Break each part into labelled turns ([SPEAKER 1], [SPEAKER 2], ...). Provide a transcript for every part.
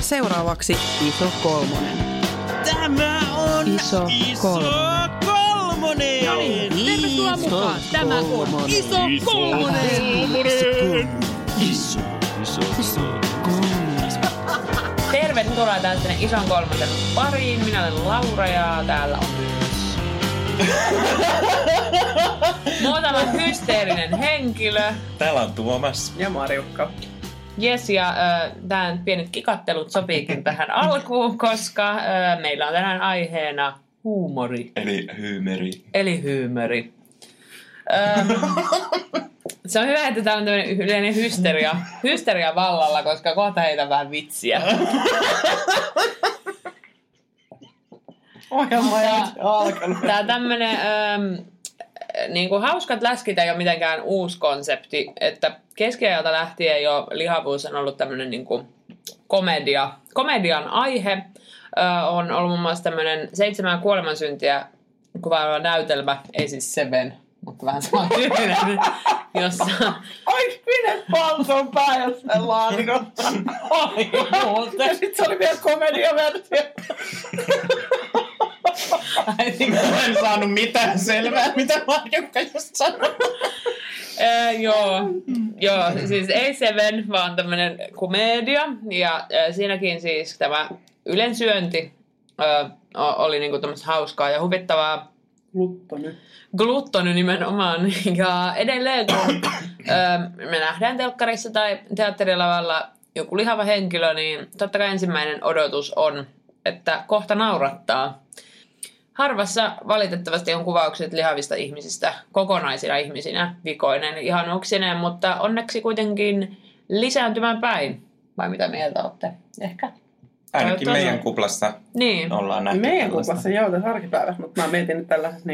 [SPEAKER 1] seuraavaksi Iso Kolmonen.
[SPEAKER 2] Tämä on
[SPEAKER 1] Iso
[SPEAKER 2] Kolmonen.
[SPEAKER 1] No niin, tervetuloa mukaan. Tämä on Iso Kolmonen.
[SPEAKER 2] Iso Kolmonen.
[SPEAKER 3] Tervetuloa taas tänne Ison Kolmosen pariin. Minä olen Laura ja täällä on myös muutama hysteerinen henkilö.
[SPEAKER 4] Täällä on Tuomas.
[SPEAKER 1] Ja Marjukka.
[SPEAKER 3] Jes, ja tämän pienet kikattelut sopiikin tähän alkuun, koska meillä on tänään aiheena huumori.
[SPEAKER 4] Eli hyymeri.
[SPEAKER 3] Se on hyvä, että täällä on tämmöinen yleinen hysteria vallalla, koska kohta heitän vähän vitsiä.
[SPEAKER 1] Ohjelma ei alkanut.
[SPEAKER 3] Tää tämmönen niinku hauskat läskit ei ole mitenkään uusi konsepti, että keskiajalta lähtien jo lihavuus on ollut tämmönen niinku komedian aihe. On ollut muun muassa tämmönen 7 kuolemansyntiä kuvaava näytelmä, ei siis Seven, mutta vähän sama tyylinen, jossa...
[SPEAKER 1] Ois pinet palton pää jossain laatikossa?
[SPEAKER 3] Ai muuten.
[SPEAKER 1] Ja sit se oli vielä komediaversio.
[SPEAKER 4] En saanut mitään selvää, mitä Marjukka just sanoi.
[SPEAKER 3] Joo, siis ei Seven, vaan tämmönen komedia. Ja siinäkin siis tämä ylensyönti oli niinku tämmöistä hauskaa ja huvittavaa. Gluttony nimenomaan. Ja edelleen kun me nähdään telkkarissa tai teatterilavalla joku lihava henkilö, niin totta kai ensimmäinen odotus on, että kohta naurattaa. Harvassa valitettavasti on kuvaukset lihavista ihmisistä kokonaisina ihmisinä, vikoinen ihanuuksineen, mutta onneksi kuitenkin lisääntymään päin. Vai mitä mieltä olette? Ehkä.
[SPEAKER 4] Ainakin meidän kuplassa
[SPEAKER 3] niin
[SPEAKER 4] ollaan nähty.
[SPEAKER 1] Meidän kuplassa joo, tässä arkipäivässä, mutta mä mietin nyt tällaisessa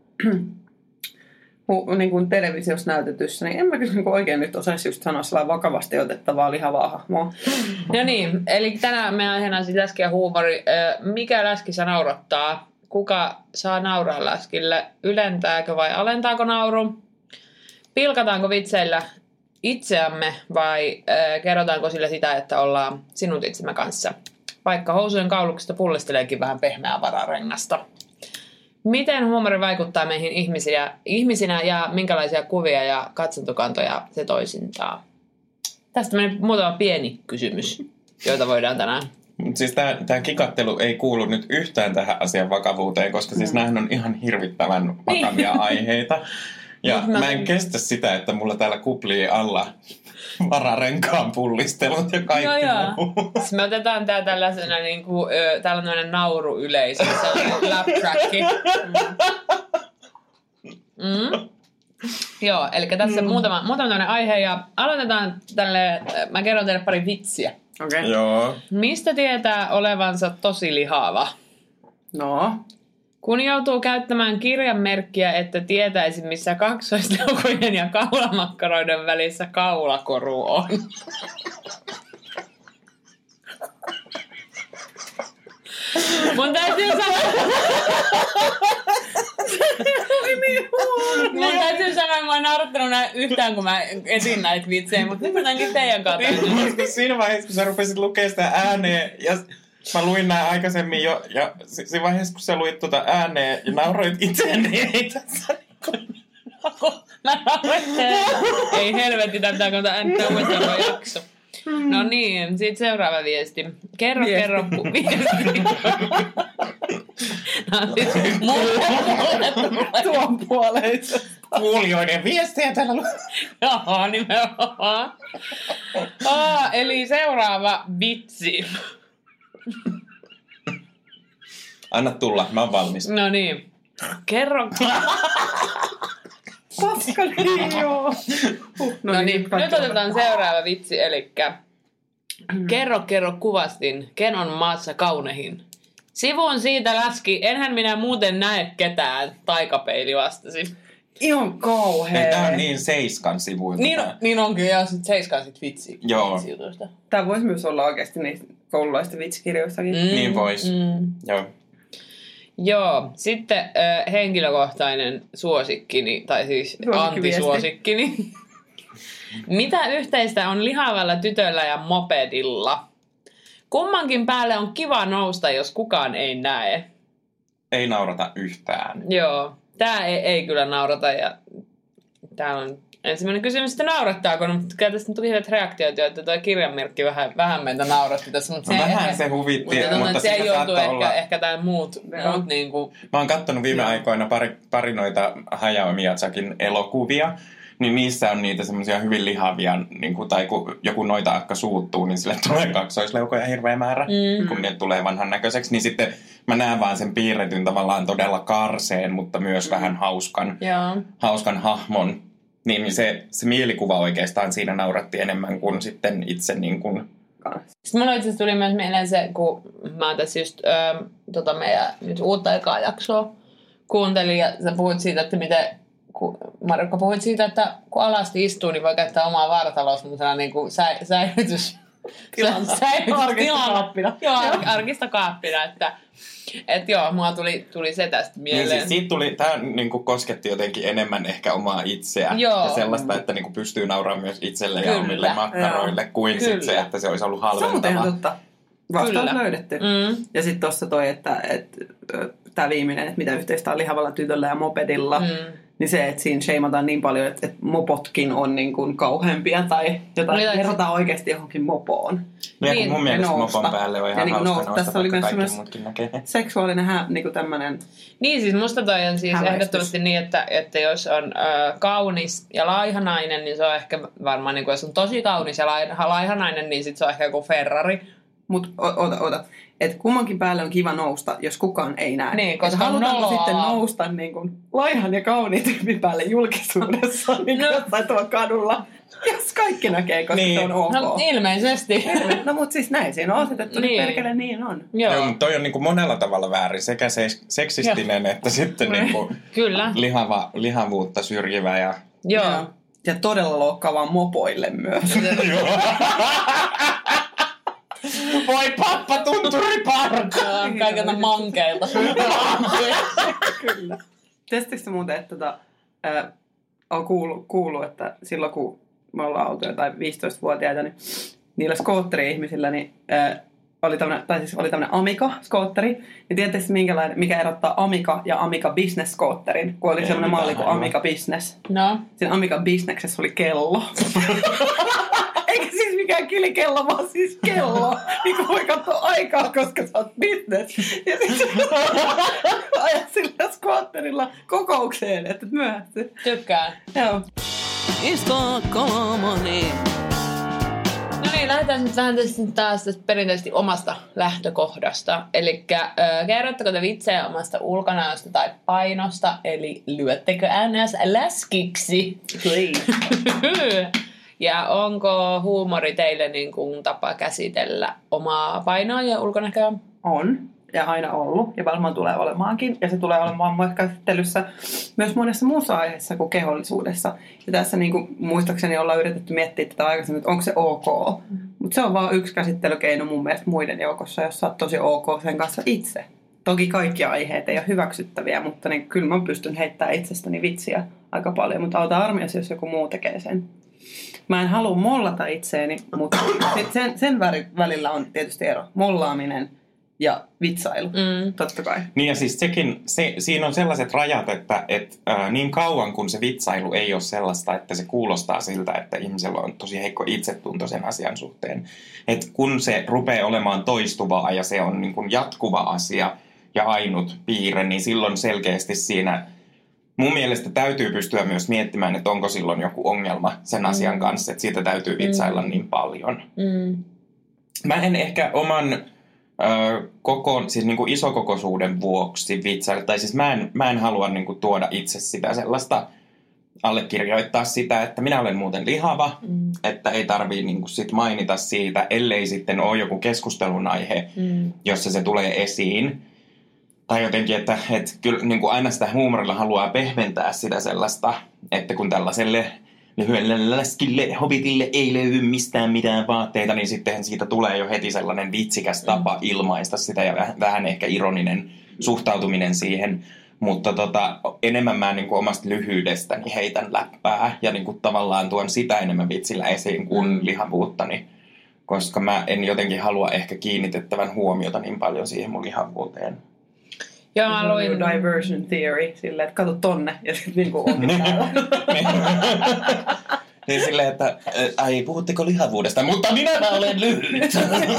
[SPEAKER 1] niin kuin televisiossa näytetyssä, niin en mä kyllä niin oikein nyt osaisi just sanoa sellainen vakavasti otettavaa lihavaa hahmoa.
[SPEAKER 3] No niin, eli tänään meidän aiheena siis läski ja huumori. Mikä läskissä naurattaa? Kuka saa nauraa läskille? Ylentääkö vai alentaako nauru? Pilkataanko vitseillä itseämme vai kerrotaanko sille sitä, että ollaan sinut itsemme kanssa? Vaikka housujen kauluksesta pullisteleekin vähän pehmeää vararengasta. Miten huumori vaikuttaa meihin ihmisinä ja minkälaisia kuvia ja katsontokantoja se toisintaa? Tästä meni muutama pieni kysymys, joita voidaan tänään.
[SPEAKER 4] Siis tämä kikattelu ei kuulu nyt yhtään tähän asian vakavuuteen, koska siis nämähän on ihan hirvittävän vakavia aiheita. Ja mä en kestä sitä, että mulla täällä kuplii alla vararenkaan pullistelut ja kaikki muu.
[SPEAKER 3] Siis me otetaan tää tällaisena niinku, tällainen nauruyleisö, sellainen lap-tracki. Joo, eli tässä muutama tämmöinen aihe ja aloitetaan tälle, mä kerron teille pari vitsiä.
[SPEAKER 1] Okei.
[SPEAKER 4] Joo.
[SPEAKER 3] Mistä tietää olevansa tosi lihava?
[SPEAKER 1] No.
[SPEAKER 3] Kun joutuu käyttämään kirjanmerkkiä, että tietäisi, missä kaksoisleukojen ja kaulamakkaroiden välissä kaulakoru on. Mun täytyy sanoa... Mun täytyy sanoa, että mä oon naurattanut yhtään, kun mä etin näitä vitsejä, mutta nyt mä tämänkin teidän kanssa.
[SPEAKER 4] Siinä vaiheessa, kun sä rupesit lukemaan sitä ääneen, ja mä luin nää aikaisemmin jo, ja siinä vaiheessa, kun sä luit tuota ääneen ja nauroit itseäni, niin ei tässä
[SPEAKER 3] mä nauroin. Ei helvetti, pitää kun äänittää uudestaan jakso. No niin, sitten seuraava viesti. Kerro viesti. No, siis
[SPEAKER 1] Tuon puoleissa.
[SPEAKER 4] Kuulijoiden viestejä täällä.
[SPEAKER 3] Joo, nimenomaan. Eli seuraava vitsi.
[SPEAKER 4] Anna tulla, mä oon valmis.
[SPEAKER 3] No niin. Kerro.
[SPEAKER 1] Koska niin joo.
[SPEAKER 3] No niin, nyt otetaan seuraava vitsi, elikkä kerro kuvastin, ken on maassa kaunehin. Sivun siitä läski, enhän minä muuten näe ketään, taikapeili vastasi.
[SPEAKER 1] Ihan kauhea.
[SPEAKER 4] Tää on niin Seiskan sivuilta.
[SPEAKER 3] Niin onkin, ja sit Seiskan sit vitsi.
[SPEAKER 4] Joo.
[SPEAKER 1] Tää voisi myös olla oikeasti niistä koululaisten vitsikirjoistakin.
[SPEAKER 4] Niin vois. Joo.
[SPEAKER 3] Joo, sitten henkilökohtainen suosikkini, tai siis antisuosikkini. Mitä yhteistä on lihavalla tytöllä ja mopedilla? Kummankin päälle on kiva nousta, jos kukaan ei näe.
[SPEAKER 4] Ei naurata yhtään.
[SPEAKER 3] Joo, tää ei kyllä naurata ja täällä on ensimmäinen kysymys, että naurattaako, mutta kyllä tästä tuli hyvät reaktiot, että tuo kirjanmerkki vähän meitä nauratti tässä, mutta
[SPEAKER 4] no vähän se huvitti, mutta
[SPEAKER 3] se ei joutu
[SPEAKER 4] olla...
[SPEAKER 3] ehkä tämä muut niin kuin...
[SPEAKER 4] Mä oon kattonut viime aikoina pari noita Hayao Miyazakin elokuvia, niin niissä on niitä semmoisia hyvin lihavia, niin kuin, tai kun joku noita akka suuttuu, niin sille tulee kaksoisleukoja hirveä määrä, kun ne tulee vanhan näköiseksi, niin sitten mä näen vaan sen piirretyn tavallaan todella karseen, mutta myös vähän hauskan hahmon. Niin se mielikuva oikeastaan siinä nauratti enemmän kuin sitten itse niin kuin...
[SPEAKER 3] Sitten mulla itse asiassa tuli myös mieleen se, kun mä oon tässä just meidän nyt uutta ekaa jaksoa kuuntelin ja sä puhuit siitä, että miten... Marjukka, puhuit siitä, että kun alasti istuu, niin voi käyttää omaa vartaloa semmoisena niin kuin säilytyskaappina. Joo, arkista kaappina, että joo, mua tuli se tästä mieleen.
[SPEAKER 4] Niin siis siitä tuli, tää niinku kosketti jotenkin enemmän ehkä omaa itseä.
[SPEAKER 3] Joo.
[SPEAKER 4] Ja sellaista, että niinku pystyy nauramaan myös itselle ja omille makkaroille, kuin sit se, että se olisi ollut halventava.
[SPEAKER 1] Se on ihan totta. Vastaus löydetty. Ja sitten tuossa toi, että tämä viimeinen, että mitä yhteistä on lihavalla tytöllä ja mopedilla, niin se, että siinä sheimataan niin paljon, että mopotkin on niin kuin kauheampia tai jotain verrataan oikeasti johonkin mopoon.
[SPEAKER 4] No ja kun mun mielestä mopon päälle on ihan hauska nousta,
[SPEAKER 1] tässä oli
[SPEAKER 4] vaikka
[SPEAKER 1] myös
[SPEAKER 4] kaikki muutkin näkee.
[SPEAKER 1] Seksuaalinen niin tämmöinen.
[SPEAKER 3] Niin siis musta toi on siis ehdottomasti niin, että jos on kaunis ja laiha nainen, niin se on ehkä varmaan, niin kuin jos on tosi kaunis ja laiha nainen, niin sit se on ehkä joku Ferrari.
[SPEAKER 1] Mutta ota. Että kummankin päälle on kiva nousta, jos kukaan ei näe.
[SPEAKER 3] Niin, koska
[SPEAKER 1] halutaanko sitten nousta niin kuin laihan ja kauniin tyypin päälle julkisuudessa niin jossain tuolla kadulla, jos kaikki näkee, koska se on ok.
[SPEAKER 3] No ilmeisesti.
[SPEAKER 1] No mutta siis näin siinä on asetettu, niin perkele niin on.
[SPEAKER 4] Joo, mutta toi on niinku monella tavalla väärin, sekä seksistinen että sitten niinku lihavuutta syrjivä.
[SPEAKER 1] Joo. Ja todella loukkaavaa mopoille myös.
[SPEAKER 3] Voi pappa tunturi parkaa kaikilta mankeilta.
[SPEAKER 1] Kyllä. Tiesittekö muuten, että on kuullut, että silloin kun me ollaan oltu jotain 15-vuotiaita, niin niillä skootteri-ihmisillä niin, oli tämmöinen Amiga-skootteri. Niin tiedättekö mikä erottaa Amiga ja Amiga Business-skootterin, kun oli semmoinen malli kuin Amiga Business.
[SPEAKER 3] No.
[SPEAKER 1] Siinä Amiga Businessessä oli kello. Eikä siis mikään kilikello, vaan siis kello. Niin kuin voi katsoa aikaa, koska sä oot business. Ja sitten ajat sillä skootterilla kokoukseen, että myöhästy.
[SPEAKER 3] Tykkään.
[SPEAKER 1] Joo.
[SPEAKER 2] Isto kolmoni.
[SPEAKER 3] No niin, lähdetään nyt vähän taas tästä perinteisesti omasta lähtökohdasta. Eli kerrotteko te vitsejä omasta ulkonäöstä tai painosta, eli lyöttekö NS läskiksi? Ja onko huumori teille niin kuin tapa käsitellä omaa painoa ja ulkonäköä?
[SPEAKER 1] On. Ja aina ollut. Ja varmaan tulee olemaankin. Ja se tulee olemaan myös käsittelyssä myös monessa muussa aiheessa kuin kehollisuudessa. Ja tässä niin kuin, muistaakseni ollaan yritetty miettiä tätä aikaisemmin, että onko se ok. Mutta se on vaan yksi käsittelykeino mun mielestä muiden joukossa, jos sä oot tosi ok sen kanssa itse. Toki kaikki aiheet ei ole hyväksyttäviä, mutta niin, kyllä mä pystyn heittämään itsestäni vitsiä aika paljon. Mutta auta armias, jos joku muu tekee sen. Mä en halua mollata itseäni, mutta sen välillä on tietysti ero. Mollaaminen ja vitsailu, totta kai.
[SPEAKER 4] Niin ja siis siinä on sellaiset rajat, että niin kauan kun se vitsailu ei ole sellaista, että se kuulostaa siltä, että ihmisellä on tosi heikko itsetunto sen asian suhteen. Että kun se rupeaa olemaan toistuvaa ja se on niin kuin jatkuva asia ja ainut piirre, niin silloin selkeästi siinä mun mielestä täytyy pystyä myös miettimään, että onko silloin joku ongelma sen asian kanssa, että siitä täytyy vitsailla niin paljon. Mä en ehkä oman siis niin kuin isokokoisuuden vuoksi vitsailla, tai siis mä en halua niin kuin tuoda itse sitä sellaista, allekirjoittaa sitä, että minä olen muuten lihava, että ei tarvii niin kuin sit mainita siitä, ellei sitten ole joku keskustelun aihe, jossa se tulee esiin. Tai jotenkin, että kyllä niin kuin aina sitä huumorilla haluaa pehmentää sitä sellaista, että kun tällaiselle lyhyelle läskille, hobbitille ei löydy mistään mitään vaatteita, niin sitten siitä tulee jo heti sellainen vitsikäs tapa ilmaista sitä ja vähän ehkä ironinen suhtautuminen siihen. Mutta enemmän mä niin kuin omasta lyhyydestäni heitän läppää ja niin kuin tavallaan tuon sitä enemmän vitsillä esiin kuin lihavuuttani. koska mä en jotenkin halua ehkä kiinnitettävän huomiota niin paljon siihen mun lihavuuteen.
[SPEAKER 3] Joo, mä luin...
[SPEAKER 1] Diversion theory, silleen, että kato tonne ja sitten niinku onkin täällä.
[SPEAKER 4] Niin silleen, että ai, puhutteko lihavuudesta, mutta minä olen lyhyt.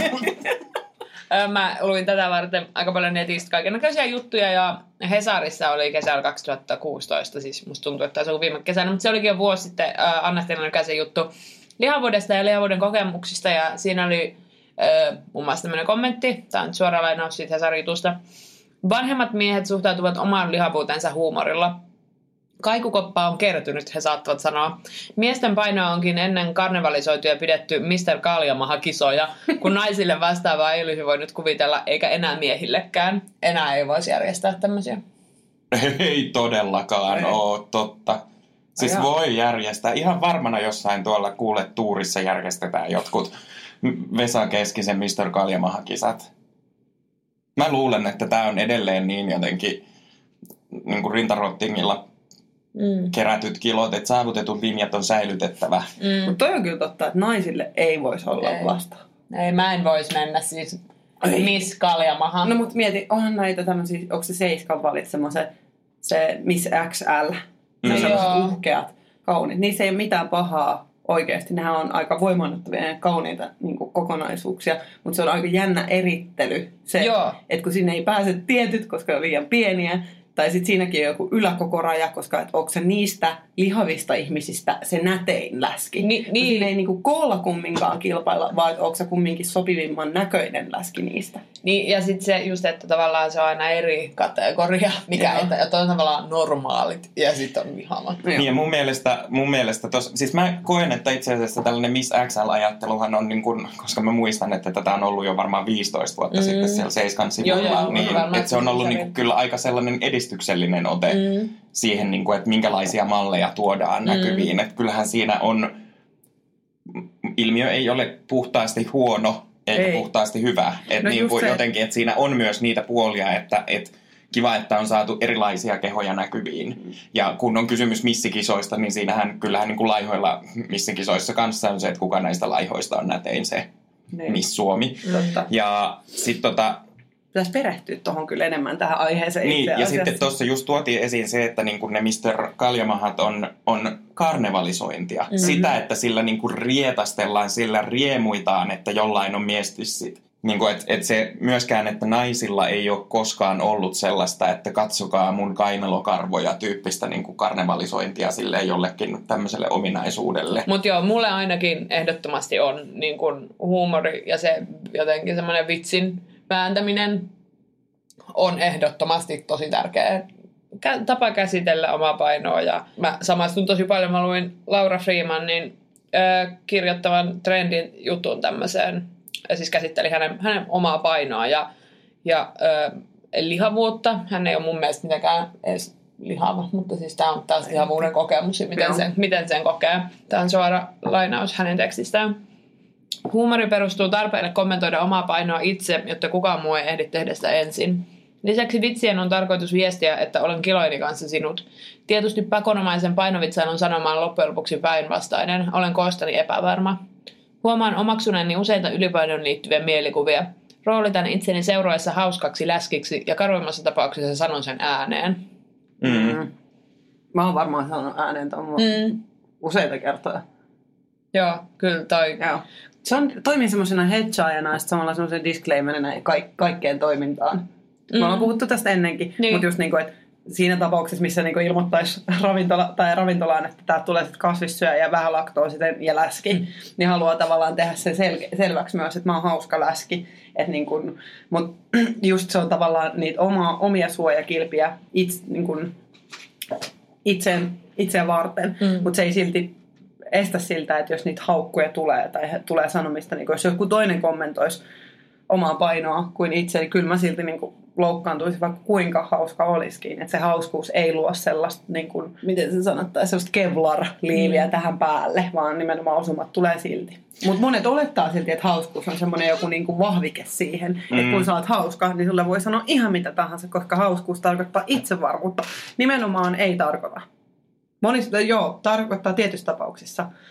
[SPEAKER 3] Mä luin tätä varten aika paljon netistä kaikennäköisiä juttuja ja Hesarissa oli kesällä 2016, siis musta tuntuu, että se oli viime kesänä, mutta se olikin jo vuosi sitten Anna-Stiina Nykäsen juttu lihavuudesta ja lihavuuden kokemuksista ja siinä oli muun muassa tämmöinen kommentti, tämä on suora lainaus siitä Hesarin jutusta. Vanhemmat miehet suhtautuvat omaan lihavuutensa huumorilla. Kaikukoppa on kertynyt, he saattavat sanoa. Miesten painoa onkin ennen karnevalisoituja pidetty Mr. Kaljamaha-kisoja, kun naisille vastaavaa ei olisi voinut kuvitella, eikä enää miehillekään. Enää ei voisi järjestää tämmöisiä.
[SPEAKER 4] Ei todellakaan ole totta. Siis voi järjestää. Ihan varmana jossain tuolla kuule tuurissa järjestetään jotkut Vesa Keskisen Mr. Kaljamaha-kisat. Mä luulen, että tää on edelleen niin jotenkin niin kuin rintarottingilla kerätyt kilot, että saavutetut linjat on säilytettävä.
[SPEAKER 1] Mutta toi on kyllä totta, että naisille ei voisi olla vasta.
[SPEAKER 3] Ei, mä en voisi mennä siis Miss Kaljamaha.
[SPEAKER 1] No mut mieti, onhan näitä tämmöisiä, onko se Seiskan valitsema se Miss XL? Ne on sellaiset uhkeat, kauniit. Niissä ei ole mitään pahaa oikeasti. Nehän on aika voimannuttavia ja kauniita niin kuin kokonaisuuksia, mutta se on aika jännä erittely. Se, että kun sinne ei pääse tietyt, koska on liian pieniä, tai sitten siinäkin on joku yläkokoraja, koska et onko se niistä lihavista ihmisistä se nätein läski. Siinä ei niinku koolla kumminkaan kilpailla, vaan onko se kumminkin sopivimman näköinen läski niistä.
[SPEAKER 3] Niin, ja sitten se just, että tavallaan se on aina eri kategoria, mikä että on tavallaan normaalit ja sitten on lihavat.
[SPEAKER 4] Niin, ja mun mielestä siis mä koen, että itse asiassa tällainen Miss XL-ajatteluhan on niin kuin, koska mä muistan, että tätä on ollut jo varmaan 15 vuotta sitten siellä Seiskan sivulla, niin että se on ollut niin kuin kyllä aika sellainen edistyksellinen ote siihen, niin kuin, että minkälaisia malleja tuodaan näkyviin. Että kyllähän siinä on, ilmiö ei ole puhtaasti huono, eikä puhtaasti hyvä. Että niin kuin jotenkin, että siinä on myös niitä puolia, että kiva, että on saatu erilaisia kehoja näkyviin. Ja kun on kysymys missikisoista, niin siinähän kyllähän niin kuin laihoilla missikisoissa kanssa on se, että kuka näistä laihoista on nätein se Miss Suomi. Ja sitten
[SPEAKER 1] pitäisi perehtyä tuohon kyllä enemmän tähän aiheeseen
[SPEAKER 4] niin, ja sitten tuossa just tuotiin esiin se, että niin kuin ne Mr. Kaljamahat on karnevalisointia. Sitä, että sillä niin kuin rietastellaan, sillä riemuitaan, että jollain on miestissit. Niin kuin, että se myöskään, että naisilla ei ole koskaan ollut sellaista, että katsokaa mun kainalokarvoja tyyppistä niin kuin karnevalisointia sille jollekin tämmöiselle ominaisuudelle.
[SPEAKER 3] Mutta joo, mulle ainakin ehdottomasti on niin kuin huumori ja se jotenkin semmoinen vitsin vääntäminen on ehdottomasti tosi tärkeä tapa käsitellä omaa painoa. Ja mä samastun tosi paljon, mä luin Laura Freemanin kirjoittavan trendin jutun tämmöiseen, siis käsitteli hänen omaa painoa ja lihavuutta. Hän ei ole mun mielestä mitenkään edes lihava, mutta siis tämä on taas lihavuuden kokemus ja miten sen kokee. Tämä on suora lainaus hänen tekstistään. Huumori perustuu tarpeelle kommentoida omaa painoa itse, jotta kukaan muu ei ehdi tehdä sitä ensin. Lisäksi vitsien on tarkoitus viestiä, että olen kiloini kanssa sinut. Tietysti pakonomaisen painovitsailun sanomaan loppujen lopuksi päinvastainen. Olen koostani epävarma. Huomaan omaksuneeni useita ylipainoon liittyviä mielikuvia. Roolitan itseni seuroissa hauskaksi läskiksi ja karuimmassa tapauksessa sanon sen ääneen.
[SPEAKER 1] Mä oon varmaan sanonut ääneen tuon useita kertoja.
[SPEAKER 3] Joo, kyllä toi.
[SPEAKER 1] Joo. Se toimii semmoisena hedgeajana ja samalla semmoisena disclaimerina kaikkeen toimintaan. Me ollaan puhuttu tästä ennenkin, mutta just niin kuin, että siinä tapauksessa, missä niin kuin ilmoittaisi ravintolaan, että täältä tulee sitten kasvissyöjä ja vähän laktoosi ja läski, niin haluaa tavallaan tehdä sen selväksi myös, että mä oon hauska läski. Niin mutta just se on tavallaan niitä omia suojakilpiä itseään varten, mutta se ei silti estä siltä, että jos niitä haukkuja tulee tai tulee sanomista, niin jos joku toinen kommentoisi omaa painoa kuin itse, niin kyllä mä silti niin kuin loukkaantuisin, vaikka kuinka hauska olisikin. Että se hauskuus ei luo sellaista, niin kuin, miten se sanottaisiin, sellaista kevlar-liiviä tähän päälle, vaan nimenomaan osumat tulee silti. Mutta monet olettaa silti, että hauskuus on semmoinen joku niin kuin vahvike siihen. Että kun sä oot hauska, niin sulle voi sanoa ihan mitä tahansa, koska hauskuus tarkoittaa itsevarmuutta. Nimenomaan ei tarkoita. Monista, tarkoittaa tietyissä tapauksissa.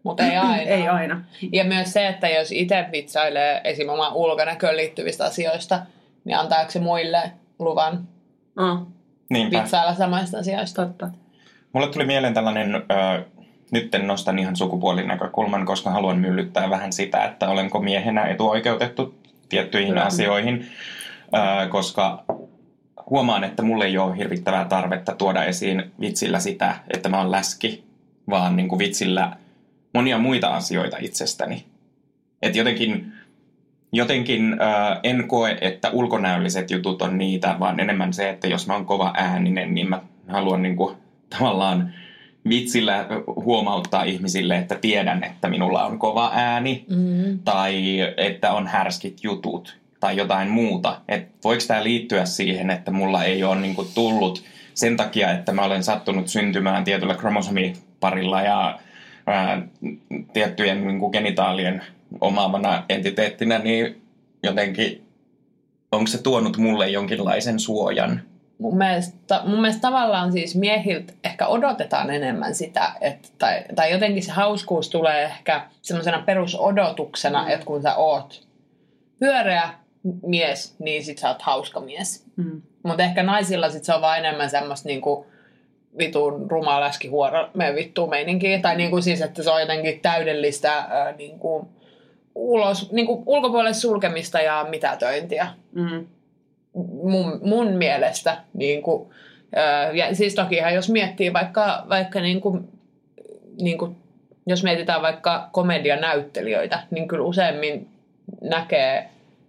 [SPEAKER 3] Mutta ei aina.
[SPEAKER 1] Ei aina.
[SPEAKER 3] Ja myös se, että jos itse vitsailee esimerkiksi oman ulkonäköön liittyvistä asioista, niin antaako se muille luvan vitsailla samaista asioista?
[SPEAKER 1] Totta.
[SPEAKER 4] Mulle tuli mieleen tällainen, nyt en nostan ihan sukupuolinäkökulman, koska haluan myllyttää vähän sitä, että olenko miehenä etuoikeutettu tiettyihin asioihin, koska huomaan, että mulle ei ole hirvittävää tarvetta tuoda esiin vitsillä sitä, että mä oon läski, vaan niin kuin vitsillä monia muita asioita itsestäni. Et jotenkin en koe, että ulkonäölliset jutut on niitä, vaan enemmän se, että jos mä oon kova ääninen, niin mä haluan niin kuin tavallaan vitsillä huomauttaa ihmisille, että tiedän, että minulla on kova ääni, tai että on härskit jutut, tai jotain muuta. Että voiko tämä liittyä siihen, että mulla ei ole niin kuin tullut sen takia, että mä olen sattunut syntymään tietyllä kromosomiparilla ja tiettyjen niin kuin genitaalien omaavana entiteettinä, niin jotenkin onko se tuonut mulle jonkinlaisen suojan?
[SPEAKER 3] Mun mielestä tavallaan siis miehiltä ehkä odotetaan enemmän sitä, että, tai jotenkin se hauskuus tulee ehkä semmoisena perusodotuksena, että kun sä oot pyöreä mies, niin sit sä oot hauska mies. Mutta ehkä naisilla sit se on vaan enemmän semmoista niinku vitun rumaa läskihuoro meidän vittuun meininkiä. Tai niinku siis, että se on jotenkin täydellistä niinku ulkopuolelle sulkemista ja mitätöintiä. Mun mielestä. Niinku, ja siis tokihan jos miettii vaikka niinku, jos mietitään vaikka komedianäyttelijöitä, niin kyllä useimmin näkee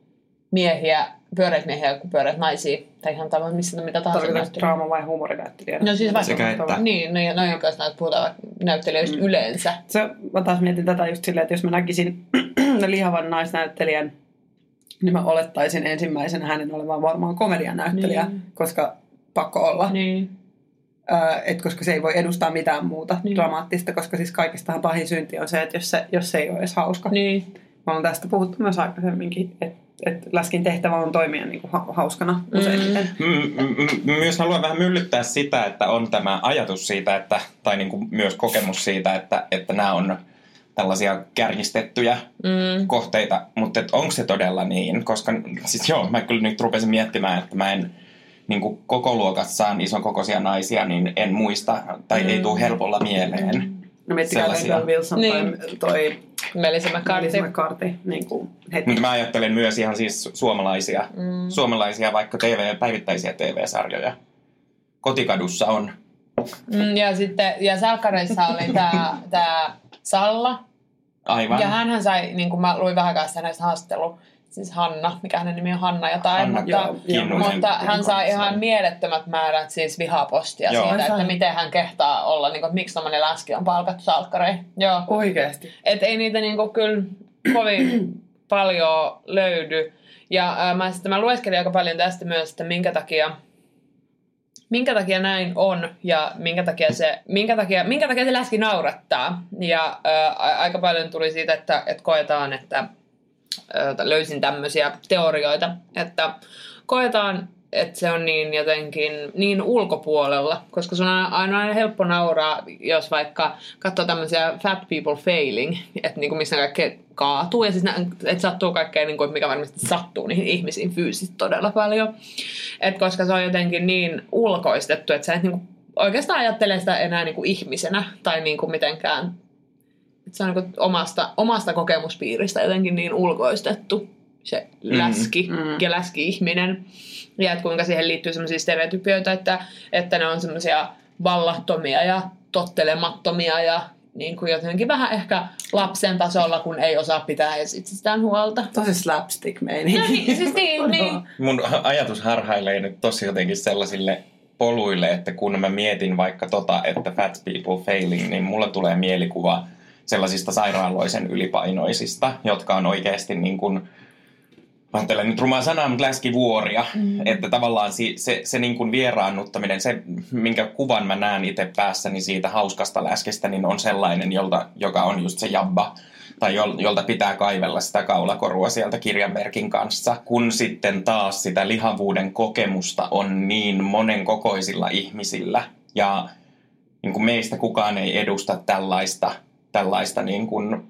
[SPEAKER 3] pyöreitä miehiä kuin pyöreitä naisia. Tai ihan tavallaan mitä tahansa
[SPEAKER 1] näyttelijä. Draama- vai huumorinäyttelijä?
[SPEAKER 3] No siis
[SPEAKER 4] sekä että.
[SPEAKER 3] Niin, no jokaisen näitä puhutaan näyttelijöistä yleensä.
[SPEAKER 1] Mä taas mietin tätä just silleen, että jos mä näkisin lihavan naisnäyttelijän, niin mä olettaisin ensimmäisenä hänen olevan varmaan komedianäyttelijä, koska pakko olla.
[SPEAKER 3] Niin.
[SPEAKER 1] Koska se ei voi edustaa mitään muuta dramaattista, koska siis kaikestahan pahin synti on se, että jos se ei ole edes hauska.
[SPEAKER 3] Niin.
[SPEAKER 1] Mä oon tästä puhuttu myös aikaisemminkin, että läskin tehtävä on toimia niin kuin hauskana useimmiten.
[SPEAKER 4] Myös haluan vähän myllyttää sitä, että on tämä ajatus siitä, että, tai niin kuin myös kokemus siitä, että nämä on tällaisia kärjistettyjä kohteita, mutta onko se todella niin? Koska siis mä kyllä nyt rupesin miettimään, että mä en niin kuin koko luokassa saan ison kokoisia naisia, niin en muista, tai ei tule helpolla mieleen.
[SPEAKER 1] No miettikää Rebel Wilson toi
[SPEAKER 3] Melissa McCarthy.
[SPEAKER 1] Niin kuin heti.
[SPEAKER 4] Mutta mä ajattelen myös ihan siis suomalaisia vaikka päivittäisiä TV-sarjoja. Kotikadussa on.
[SPEAKER 3] Ja Salkkareissa oli tää Salla.
[SPEAKER 4] Aivan.
[SPEAKER 3] Ja hänhän sai, niin kuin mä luin vähän kanssa näistä haastattelua, siis Hanna, mikä hänen nimi on Hanna jotain, mutta hän sai ihan mielettömät määrät siis vihapostia siitä, että miten hän kehtaa olla, niin kuin, että miksi tämmöinen läski on palkattu salkkareihin. Joo.
[SPEAKER 1] Oikeasti.
[SPEAKER 3] Että ei niitä niin kuin, kyllä kovin paljon löydy. Ja mä lueskelin aika paljon tästä myös, että minkä takia näin on ja minkä takia se läski naurattaa. Ja aika paljon tuli siitä, että koetaan, että löysin tämmöisiä teorioita, että koetaan, että se on niin jotenkin niin ulkopuolella, koska sun on aina helppo nauraa, jos vaikka katsoo tämmöisiä fat people failing, että niinku missä kaikkea kaatuu ja siis että sattuu kaikkea, niinku, mikä varmasti sattuu niihin ihmisiin fyysisesti todella paljon. Et koska se on jotenkin niin ulkoistettu, että sä et niinku oikeastaan ajattele sitä enää niinku ihmisenä tai niinku mitenkään. Et se on niinku omasta kokemuspiiristä jotenkin niin ulkoistettu se läski ja läski-ihminen. Ja että kuinka siihen liittyy sellaisia stereotypioita, että ne on semmoisia vallattomia ja tottelemattomia ja niin kuin jotenkin vähän ehkä lapsen tasolla, kun ei osaa pitää itsestään huolta.
[SPEAKER 1] Tosi slapstick-meininki.
[SPEAKER 3] No niin, siis niin.
[SPEAKER 4] Mun ajatus harhailee nyt tosi jotenkin sellaisille poluille, että kun mä mietin vaikka että fat people failing, niin mulla tulee mielikuva sellaisista sairaaloisen ylipainoisista, jotka on oikeasti niin kuin, ajattelen nyt rumaa sanaa, mutta läskivuoria. Että tavallaan se niin kuin vieraannuttaminen, se minkä kuvan mä näen itse päässäni siitä hauskasta läskistä, niin on sellainen, joka on just se jabba. Tai jolta pitää kaivella sitä kaulakorua sieltä kirjanmerkin kanssa. Kun sitten taas sitä lihavuuden kokemusta on niin monenkokoisilla ihmisillä. Ja niin kuin meistä kukaan ei edusta tällaista tällaista niin kuin,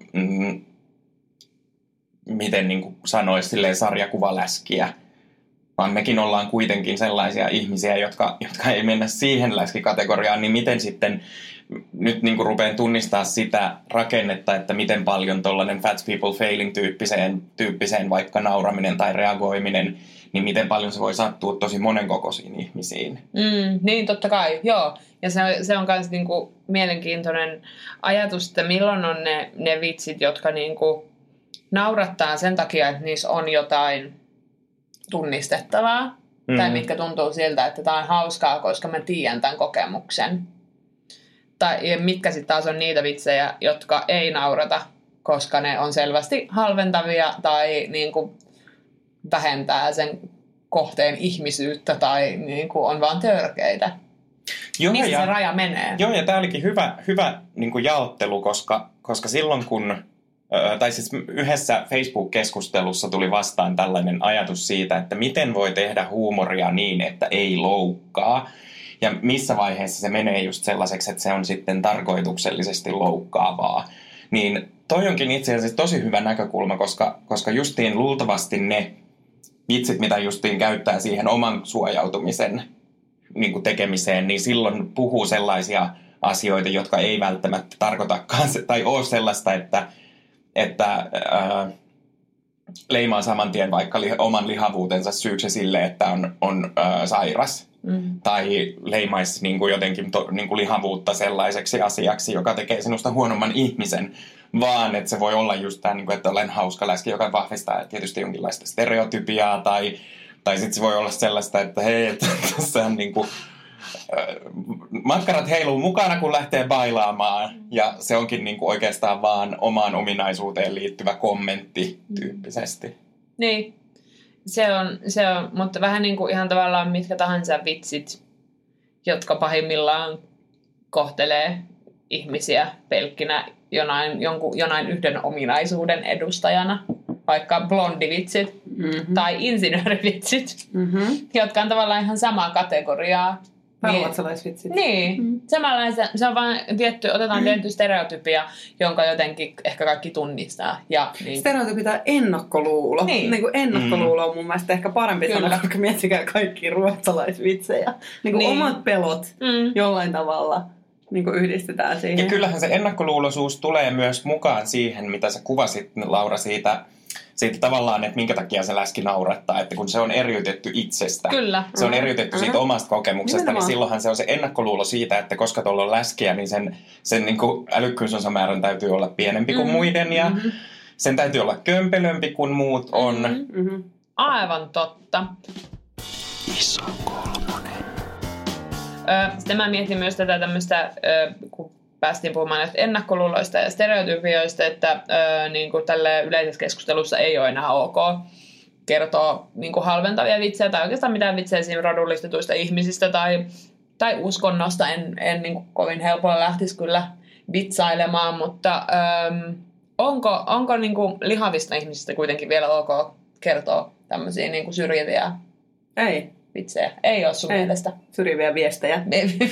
[SPEAKER 4] miten niin kuin sanoisi silleen sarjakuvaläskiä, vaan mekin ollaan kuitenkin sellaisia ihmisiä, jotka ei mennä siihen läskikategoriaan, niin miten sitten nyt niin kuin rupean tunnistaa sitä rakennetta, että miten paljon tollainen Fat People Failing tyyppiseen vaikka nauraminen tai reagoiminen, niin miten paljon se voi sattua tosi monenkokoisiin ihmisiin.
[SPEAKER 3] Niin, totta kai, joo. Ja se on myös niinku mielenkiintoinen ajatus, että milloin on ne vitsit, jotka niinku naurattaa sen takia, että niissä on jotain tunnistettavaa. Tai mitkä tuntuu siltä, että tämä on hauskaa, koska mä tiedän tämän kokemuksen. Tai mitkä sitten taas on niitä vitsejä, jotka ei naurata, koska ne on selvästi halventavia tai niinku vähentää sen kohteen ihmisyyttä tai niinku on vaan törkeitä. Missä se raja menee?
[SPEAKER 4] Joo, ja tämä olikin hyvä niinku jaottelu, koska silloin kun, tai siis yhdessä Facebook-keskustelussa tuli vastaan tällainen ajatus siitä, että miten voi tehdä huumoria niin, että ei loukkaa. Ja missä vaiheessa se menee just sellaiseksi, että se on sitten tarkoituksellisesti loukkaavaa. Niin toi onkin itse asiassa tosi hyvä näkökulma, koska justiin luultavasti ne vitsit, mitä justiin käyttää siihen oman suojautumisen niin kuin tekemiseen, niin silloin puhuu sellaisia asioita, jotka ei välttämättä tarkoitakaan tai ole sellaista, että leimaa saman tien vaikka oman lihavuutensa syyksi sille, että on sairas. Tai leimaisi niin kuin jotenkin niin kuin lihavuutta sellaiseksi asiaksi, joka tekee sinusta huonomman ihmisen, vaan että se voi olla just tämä, niin kuin, että olen hauska läski, joka vahvistaa tietysti jonkinlaista stereotypiaa, tai sitten se voi olla sellaista, että hei, tässä on niin kuin, makkarat heiluu mukana, kun lähtee bailaamaan, ja se onkin niin kuin oikeastaan vaan omaan ominaisuuteen liittyvä kommentti tyyppisesti.
[SPEAKER 3] Niin. Se on, mutta vähän niin kuin ihan tavallaan mitkä tahansa vitsit, jotka pahimmillaan kohtelee ihmisiä pelkkinä jonain yhden ominaisuuden edustajana. Vaikka blondivitsit tai insinöörivitsit, jotka on tavallaan ihan samaa kategoriaa.
[SPEAKER 1] Ruotsalaisvitsit.
[SPEAKER 3] Niin. Se on vaan otetaan tietty stereotypia, jonka jotenkin ehkä kaikki tunnistaa. Ja, niin.
[SPEAKER 1] Stereotypia tai ennakkoluulo. Niin kuin ennakkoluulo on mun mielestä ehkä parempi sana, koska miettikää kaikki ruotsalaisvitsejä. Niin. Omat pelot jollain tavalla niin kuin yhdistetään siihen.
[SPEAKER 4] Ja kyllähän se ennakkoluuloisuus tulee myös mukaan siihen, mitä sä kuvasit, Laura, siitä tavallaan, että minkä takia se läski naurattaa, että kun se on eriytetty itsestä.
[SPEAKER 3] Kyllä.
[SPEAKER 4] Se on eriytetty siitä omasta kokemuksesta, niin silloinhan se on se ennakkoluulo siitä, että koska tuolla on läskiä, niin sen niin kuin älykkyysmäärän täytyy olla pienempi kuin muiden ja sen täytyy olla kömpelömpi kuin muut on.
[SPEAKER 3] Aivan totta.
[SPEAKER 2] Iso kolmonen.
[SPEAKER 3] Sitten mä mietin myös tätä tämmöistä, kun päästiin puhumaan näistä ennakkoluuloista ja stereotypioista, että niin kuin tälle yleisessä keskustelussa ei ole enää ok kertoa niin kuin halventavia vitsejä tai oikeastaan mitään vitsejä siinä rodullistetuista ihmisistä tai uskonnosta. En niin kuin kovin helpolla lähtisi kyllä vitsailemaan, mutta onko niin kuin lihavista ihmisistä kuitenkin vielä ok kertoa tämmöisiä niin kuin syrjiviä vitsejä? Ei ole sun mielestä.
[SPEAKER 1] Syrjiviä viestejä.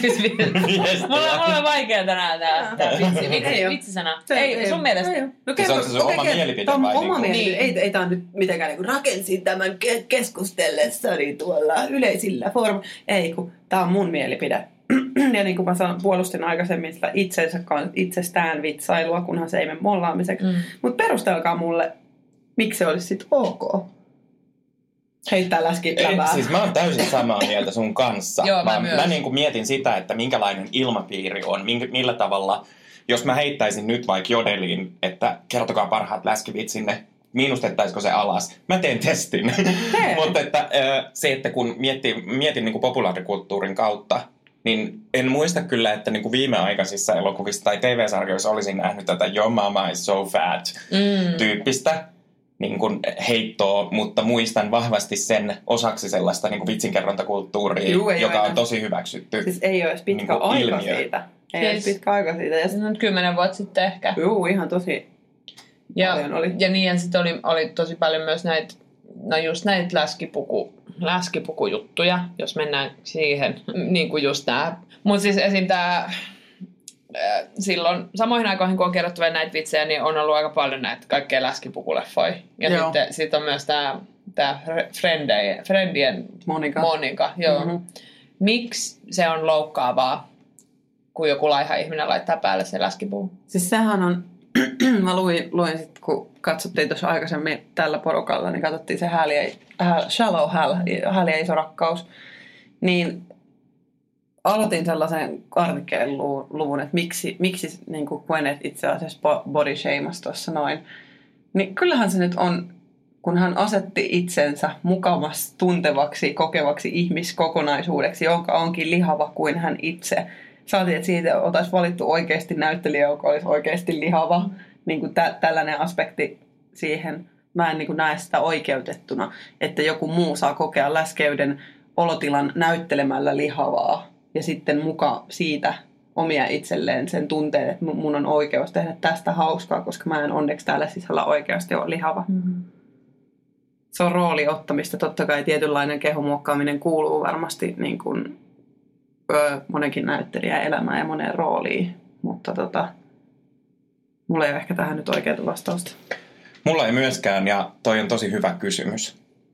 [SPEAKER 3] Mulla on vaikea tänään tää vitsisana. Ei sun mielestä.
[SPEAKER 1] No,
[SPEAKER 4] se on se sun oma mielipide vai?
[SPEAKER 1] Oma mielipide. Ei tää nyt mitenkään niin rakensin tämän keskustellessani tuolla yleisillä foorumilla. Ei, kun tää on mun mielipide. Ja niin kuin mä puolustin aikaisemmin sitä itsestään vitsailua, kunhan se ei mene mollaamiseksi. Mutta perustelkaa mulle, miksi se olisi sit ok. Heittää läskilävää.
[SPEAKER 4] Siis mä oon täysin samaa mieltä sun kanssa.
[SPEAKER 3] Joo, mä
[SPEAKER 4] niin kuin mietin sitä, että minkälainen ilmapiiri on, millä tavalla, jos mä heittäisin nyt vaikka Jodeliin, että kertokaa parhaat läskivitsinne, miinustettaisiko se alas? Mä teen testin. Mutta että, se, että kun mietin niin kuin populaarikulttuurin kautta, niin en muista kyllä, että niin kuin viimeaikaisissa elokuvissa tai TV-sarjoissa olisin nähnyt tätä Your mama is so fat tyyppistä niin kuin heittoa, mutta muistan vahvasti sen osaksi sellaista niin kuin vitsinkerrontakulttuuria, joka on tosi hyväksytty.
[SPEAKER 1] Siis ei ole edes pitkä
[SPEAKER 4] niin
[SPEAKER 1] aika siitä. Ei edes pitkä aika siitä. Ja
[SPEAKER 3] 10 vuotta sitten ehkä.
[SPEAKER 1] Joo, ihan tosi paljon oli.
[SPEAKER 3] Ja niin, ja sitten oli tosi paljon myös näitä, no just näitä läskipukujuttuja, jos mennään siihen, niin kuin just nämä. Mutta siis esim. silloin samoihin aikoihin, kun on kerrottu näitä vitsejä, niin on ollut aika paljon näitä kaikkea läskipukuleffoja. Ja sitten on myös tämä Friendien Monika. Joo. Mm-hmm. Miksi se on loukkaavaa, kun joku laiha ihminen laittaa päälle se läskipuu?
[SPEAKER 1] Siis sehän on, mä luin sit, kun katsottiin tuossa aikaisemmin tällä porukalla, niin katsottiin se Shallow Hal ja iso rakkaus. Niin aloitin sellaisen artikkelin luvun, että miksi niin kuin Gwyneth itse asiassa body shameasi tuossa noin. Niin kyllähän se nyt on, kun hän asetti itsensä mukavasti tuntevaksi, kokevaksi ihmiskokonaisuudeksi, jonka onkin lihava kuin hän itse. Saatiin, että siitä oltaisiin valittu oikeasti näyttelijä, joka olisi oikeasti lihava. Niin kuin tällainen aspekti siihen. Mä en niin kuin näe sitä oikeutettuna, että joku muu saa kokea läskeyden olotilan näyttelemällä lihavaa. Ja sitten muka siitä omia itselleen sen tunteen, että mun on oikeus tehdä tästä hauskaa, koska mä en onneksi täällä sisällä oikeasti ole lihava. Mm-hmm. Se on rooliottamista. Totta kai tietynlainen kehumuokkaaminen kuuluu varmasti niin kuin, monenkin näyttelijän elämään ja moneen rooliin. Mutta mulla ei ole ehkä tähän nyt oikeaa vastausta.
[SPEAKER 4] Mulla ei myöskään, ja toi on tosi hyvä kysymys,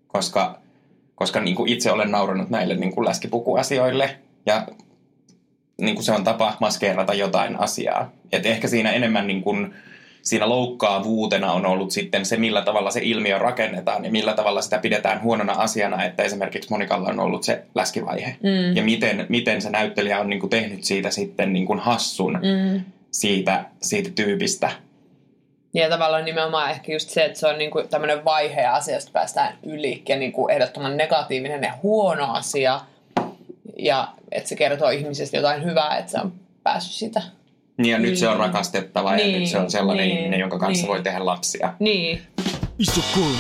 [SPEAKER 4] koska niin kuin itse olen naurannut näille niin kuin läskipukuasioille, ja niin kuin se on tapa maskeerata jotain asiaa. Et ehkä siinä enemmän niin kuin, siinä loukkaavuutena on ollut sitten se, millä tavalla se ilmiö rakennetaan ja millä tavalla sitä pidetään huonona asiana, että esimerkiksi Monikalla on ollut se läskivaihe. Ja miten se näyttelijä on niin kuin tehnyt siitä sitten niin kuin hassun siitä tyypistä.
[SPEAKER 3] Ja tavallaan nimenomaan ehkä just se, että se on niinku tämmöinen vaihe ja asiasta päästään yli ja niinku ehdottoman negatiivinen ja huono asia. Ja että se kertoo ihmisestä jotain hyvää, että se on päässyt sitä.
[SPEAKER 4] Niin ja nyt se on rakastettava ja nyt se on sellainen ihminen, jonka kanssa voi tehdä lapsia.
[SPEAKER 3] Niin.
[SPEAKER 2] Iso kolmi.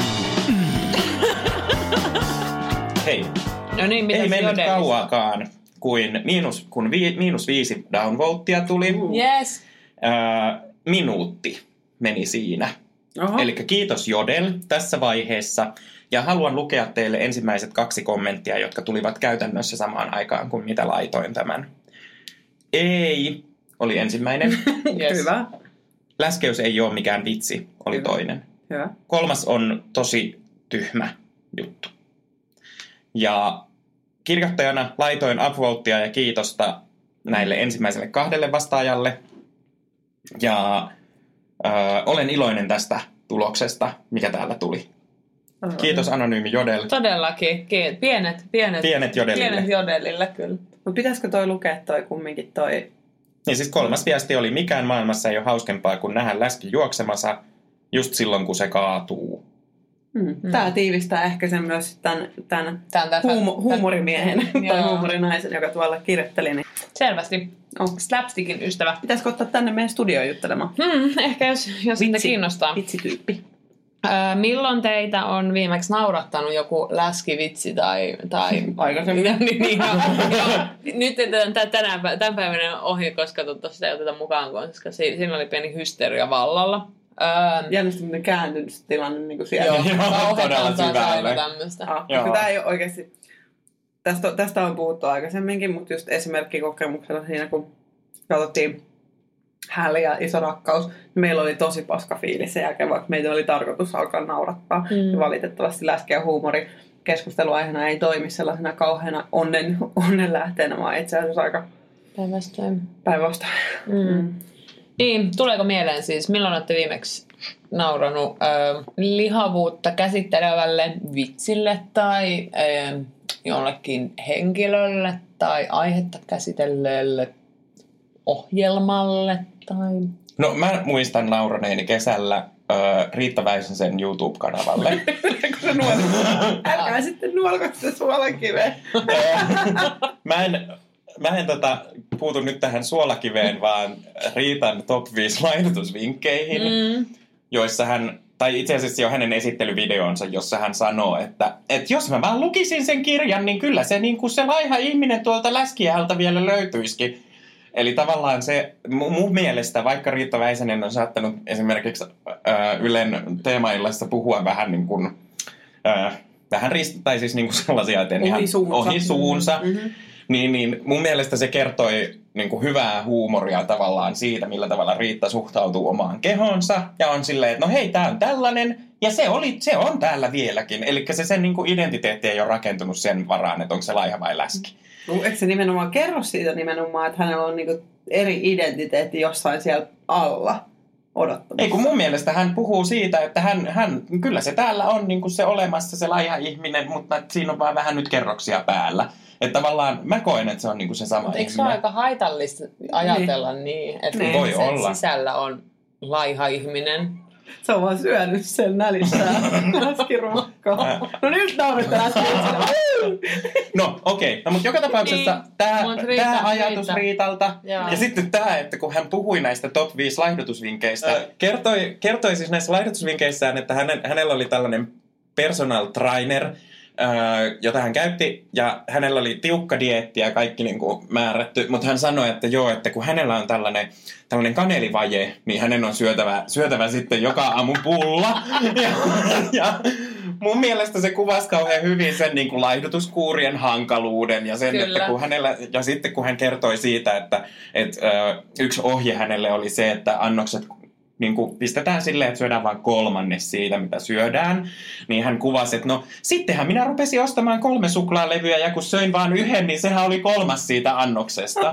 [SPEAKER 4] Hei,
[SPEAKER 3] no niin,
[SPEAKER 4] ei mennyt kauaakaan, kun -5 downvotea tuli.
[SPEAKER 3] Yes.
[SPEAKER 4] Minuutti meni siinä. Eli kiitos Jodel tässä vaiheessa. Ja haluan lukea teille ensimmäiset 2 kommenttia, jotka tulivat käytännössä samaan aikaan kuin mitä laitoin tämän. Ei oli ensimmäinen.
[SPEAKER 3] Yes.
[SPEAKER 1] Hyvä.
[SPEAKER 4] Läskeys ei ole mikään vitsi, oli toinen.
[SPEAKER 1] Hyvä.
[SPEAKER 4] 3 on tosi tyhmä juttu. Ja kirjoittajana laitoin upvotea ja kiitosta näille ensimmäiselle 2 vastaajalle. Ja olen iloinen tästä tuloksesta, mikä täällä tuli. Kiitos anonyymi Jodel.
[SPEAKER 3] Todellakin. Pienet Jodelille. Pienet Jodelille, kyllä.
[SPEAKER 1] Mutta pitäisikö toi lukea toi kumminkin toi?
[SPEAKER 4] Niin siis 3. viesti oli, mikään maailmassa ei ole hauskempaa kuin nähdä läski juoksemassa just silloin, kun se kaatuu.
[SPEAKER 1] Tämä tiivistää ehkä sen myös tämän huumorimiehen tai huumorinaisen, joka tuolla kirjoitteli. Niin.
[SPEAKER 3] Selvästi. Slapstickin ystävä.
[SPEAKER 1] Pitäisikö ottaa tänne meidän studioon juttelemaan?
[SPEAKER 3] Ehkä jos sitä kiinnostaa.
[SPEAKER 1] Vitsityyppi.
[SPEAKER 3] Milloin teitä on viimeksi naurattanut joku läskivitsi tai
[SPEAKER 1] aikaisemmin?
[SPEAKER 3] Nyt tämän päivänä ohi, koska sitä ei oteta mukaan, koska siinä oli pieni hysteria vallalla.
[SPEAKER 1] Jännästi tämmöinen kääntynyt tilanne niin kuin siellä.
[SPEAKER 4] Joo, todella syvälle.
[SPEAKER 1] Tämä ei ole oikeasti. Tästä on puhuttu aikaisemminkin, mutta just esimerkkikokemuksella siinä, kun katsottiin Häl ja Iso rakkaus, niin meillä oli tosi paska fiilis sen jälkeen, vaikka meitä oli tarkoitus alkaa naurattaa. Ja valitettavasti läski ja huumori keskusteluaiheena ei toimi sellaisena kauheana onnen lähteenä, vaan itse asiassa aika päinvastoin.
[SPEAKER 3] Niin, tuleeko mieleen siis, milloin olette viimeksi nauranut lihavuutta käsittelevälle vitsille tai jollekin henkilölle tai aihetta käsitelleelle ohjelmalle tai...
[SPEAKER 4] No mä muistan nauraneeni kesällä Riitta Väisäsen YouTube-kanavalle.
[SPEAKER 1] Älkää sitten nuolko sitä suolakiveen.
[SPEAKER 4] Mä en puutu nyt tähän suolakiveen, vaan Riitan top 5 lainotusvinkkeihin, joissa hän, tai itse asiassa jo hänen esittelyvideonsa, jossa hän sanoo, että jos mä vaan lukisin sen kirjan, niin kyllä se, niin kuin se laiha ihminen tuolta läskiältä vielä löytyisikin. Eli tavallaan se, mun mielestä, vaikka Riitta Väisänen on saattanut esimerkiksi Ylen teemaillassa puhua vähän niin kuin, tai siis niin kuin sellaisia, että ohi suunsa. Niin mun mielestä se kertoi niin kuin hyvää huumoria tavallaan siitä, millä tavalla Riitta suhtautuu omaan kehonsa. Ja on silleen, että no hei, tää on tällainen. Ja se on täällä vieläkin. Eli se sen niin kuin identiteetti ei ole rakentunut sen varaan, että onko se laiha vai läski.
[SPEAKER 1] No, eikö se nimenomaan kerro siitä nimenomaan, että hänellä on niin kuin eri identiteetti jossain siellä alla odottamassa?
[SPEAKER 4] Ei, kun mun mielestä hän puhuu siitä, että hän kyllä se täällä on niin kuin se olemassa, se laiha ihminen, mutta siinä on vaan vähän nyt kerroksia päällä. Että tavallaan mä koen, että se on niinku se sama ihminen.
[SPEAKER 3] Eikö se ole aika haitallista ajatella niin että
[SPEAKER 4] voi
[SPEAKER 3] sen
[SPEAKER 4] olla.
[SPEAKER 3] sisällä on laiha ihminen?
[SPEAKER 1] Se on vaan syönyt sen nälissään läskiruokkaa. No nyt nauretaan läskiruokkaa.
[SPEAKER 4] No okei, no mutta joka tapauksessa
[SPEAKER 3] Niin,
[SPEAKER 4] tämä ajatus Riitalta.
[SPEAKER 3] Joo.
[SPEAKER 4] Ja sitten tämä, että kun hän puhui näistä top 5 laihdutusvinkkeistä, kertoi siis näissä laihdutusvinkkeissään, että hänellä oli tällainen personal trainer, jota hän käytti, ja hänellä oli tiukka dieetti ja kaikki niin kuin määrätty, mutta hän sanoi, että joo, että kun hänellä on tällainen kanelivaje, niin hänen on syötävä sitten joka aamu pulla. Ja mun mielestä se kuvasi kauhean hyvin sen niin kuin laihdutuskuurien hankaluuden ja sen,
[SPEAKER 3] Kyllä.
[SPEAKER 4] että kun hänellä, ja sitten kun hän kertoi siitä, että yksi ohje hänelle oli se, että annokset niin kuin pistetään silleen, että syödään vain kolmannes siitä, mitä syödään, niin hän kuvasi, että no sittenhän minä rupesin ostamaan 3 suklaalevyä ja kun söin vaan yhden, niin sehän oli 3 siitä annoksesta.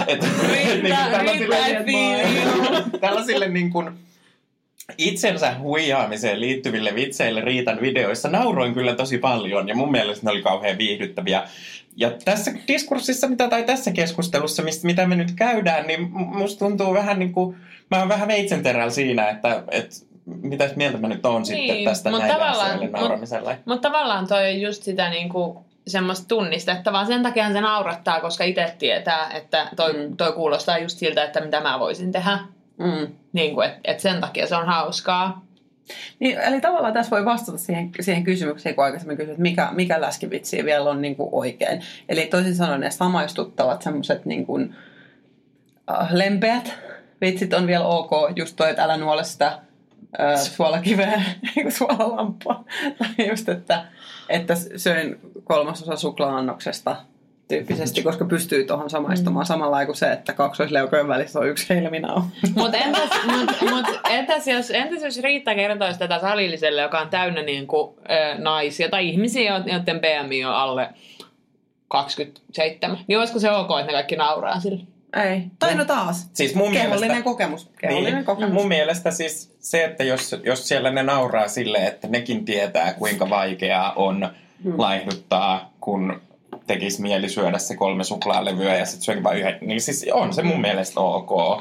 [SPEAKER 4] Tällaisille niin kuin itsensä huijaamiseen liittyville vitseille Riitan videoissa nauroin kyllä tosi paljon ja mun mielestä ne oli kauhean viihdyttäviä. Ja tässä diskurssissa, tässä keskustelussa, mitä me nyt käydään, niin musta tuntuu vähän niin kuin, mä oon vähän veitsenterällä siinä, että mitä mieltä mä nyt oon sitten tästä näille asioille nauramiselle.
[SPEAKER 3] Mutta tavallaan toi on just sitä niinku semmoista tunnistettavaa. Sen takia se naurattaa, koska itse tietää, että toi kuulostaa just siltä, että mitä mä voisin tehdä. Niinku, et sen takia se on hauskaa.
[SPEAKER 1] Niin, eli tavallaan tässä voi vastata siihen kysymykseen, kun aikaisemmin kysyin, että mikä läskivitsi vielä on niin kuin oikein. Eli toisin sanoen ne samaistuttavat semmoiset niin kuin lempeät vitsit on vielä ok. Just toi, että älä nuole sitä suolakiveä, suolalampua. Tai just, että söin 3/3 suklaa-annoksesta tyyppisesti, koska pystyy tuohon samaistumaan samalla kuin se, että kaksoisleukojen välissä on 1 helminao.
[SPEAKER 3] Mutta entäs jos Riitta kertoisi tätä salilliselle, joka on täynnä niinku, naisia tai ihmisiä, joiden BMI on alle 27, niin olisiko se ok, että ne kaikki nauraa sille?
[SPEAKER 1] Ei. Tai no taas.
[SPEAKER 4] Siis mun
[SPEAKER 1] kehollinen kokemus.
[SPEAKER 4] Mun mielestä siis se, että jos siellä ne nauraa sille, että nekin tietää, kuinka vaikeaa on laihduttaa, kun tekisi mieli syödä se 3 suklaalevyä ja sitten syökin vain 1, niin siis on se mun mielestä ok.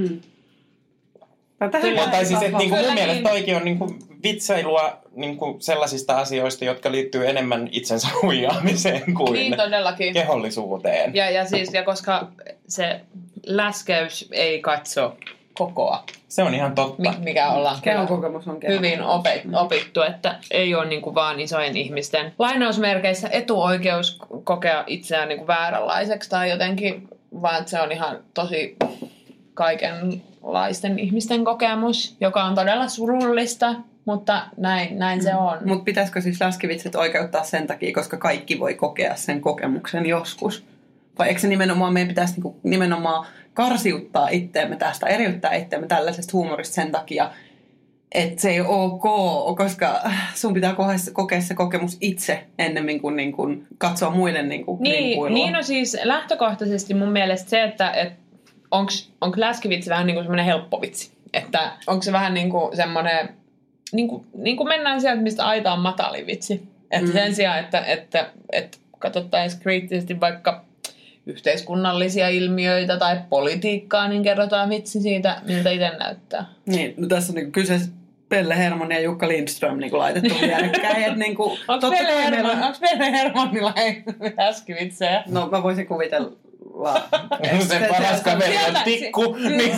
[SPEAKER 4] Tai siis, että niinku mun mielestä toikin on niinku vitsailua niinku sellaisista asioista, jotka liittyy enemmän itsensä huijaamiseen kuin
[SPEAKER 3] niin,
[SPEAKER 4] kehollisuuteen.
[SPEAKER 3] Ja koska se läskeys ei katso kokoa.
[SPEAKER 4] Se on ihan totta.
[SPEAKER 3] Mikä ollaan
[SPEAKER 1] kehokokemus on
[SPEAKER 3] hyvin opittu, että ei ole niinku vaan isojen ihmisten lainausmerkeissä etuoikeus kokea itseään niinku vääränlaiseksi tai jotenkin, vaan se on ihan tosi kaikenlaisten ihmisten kokemus, joka on todella surullista, mutta näin se on.
[SPEAKER 1] Mutta pitäisikö siis läskivitsit oikeuttaa sen takia, koska kaikki voi kokea sen kokemuksen joskus? Vai eikö se meidän pitäisi nimenomaan karsiuttaa itteemme tästä, eriyttää itteemme tällaisesta huumorista sen takia, että se ei ole ok, koska sun pitää kokea se kokemus itse ennemmin kuin, niin kuin katsoa muiden rimpuilua.
[SPEAKER 3] Niin no siis lähtökohtaisesti mun mielestä se, että onko läskivitsi vähän niin kuin semmoinen helppo vitsi. Että onko se vähän niin kuin semmoinen, niin kuin mennään sieltä, mistä aita on matalin vitsi. Että sen sijaan, että katsottaisiin kriittisesti vaikka yhteiskunnallisia ilmiöitä tai politiikkaa, niin kerrotaan vitsi siitä, miltä itse näyttää.
[SPEAKER 1] Niin, no tässä on niin kyseessä Pelle Hermanni ja Jukka Lindström niin laitettu vierekkäin. Niin
[SPEAKER 3] onko Pelle Hermannilla läskivitsejä?
[SPEAKER 1] No mä voisin kuvitella.
[SPEAKER 4] Se paras kaveri on tikku, niin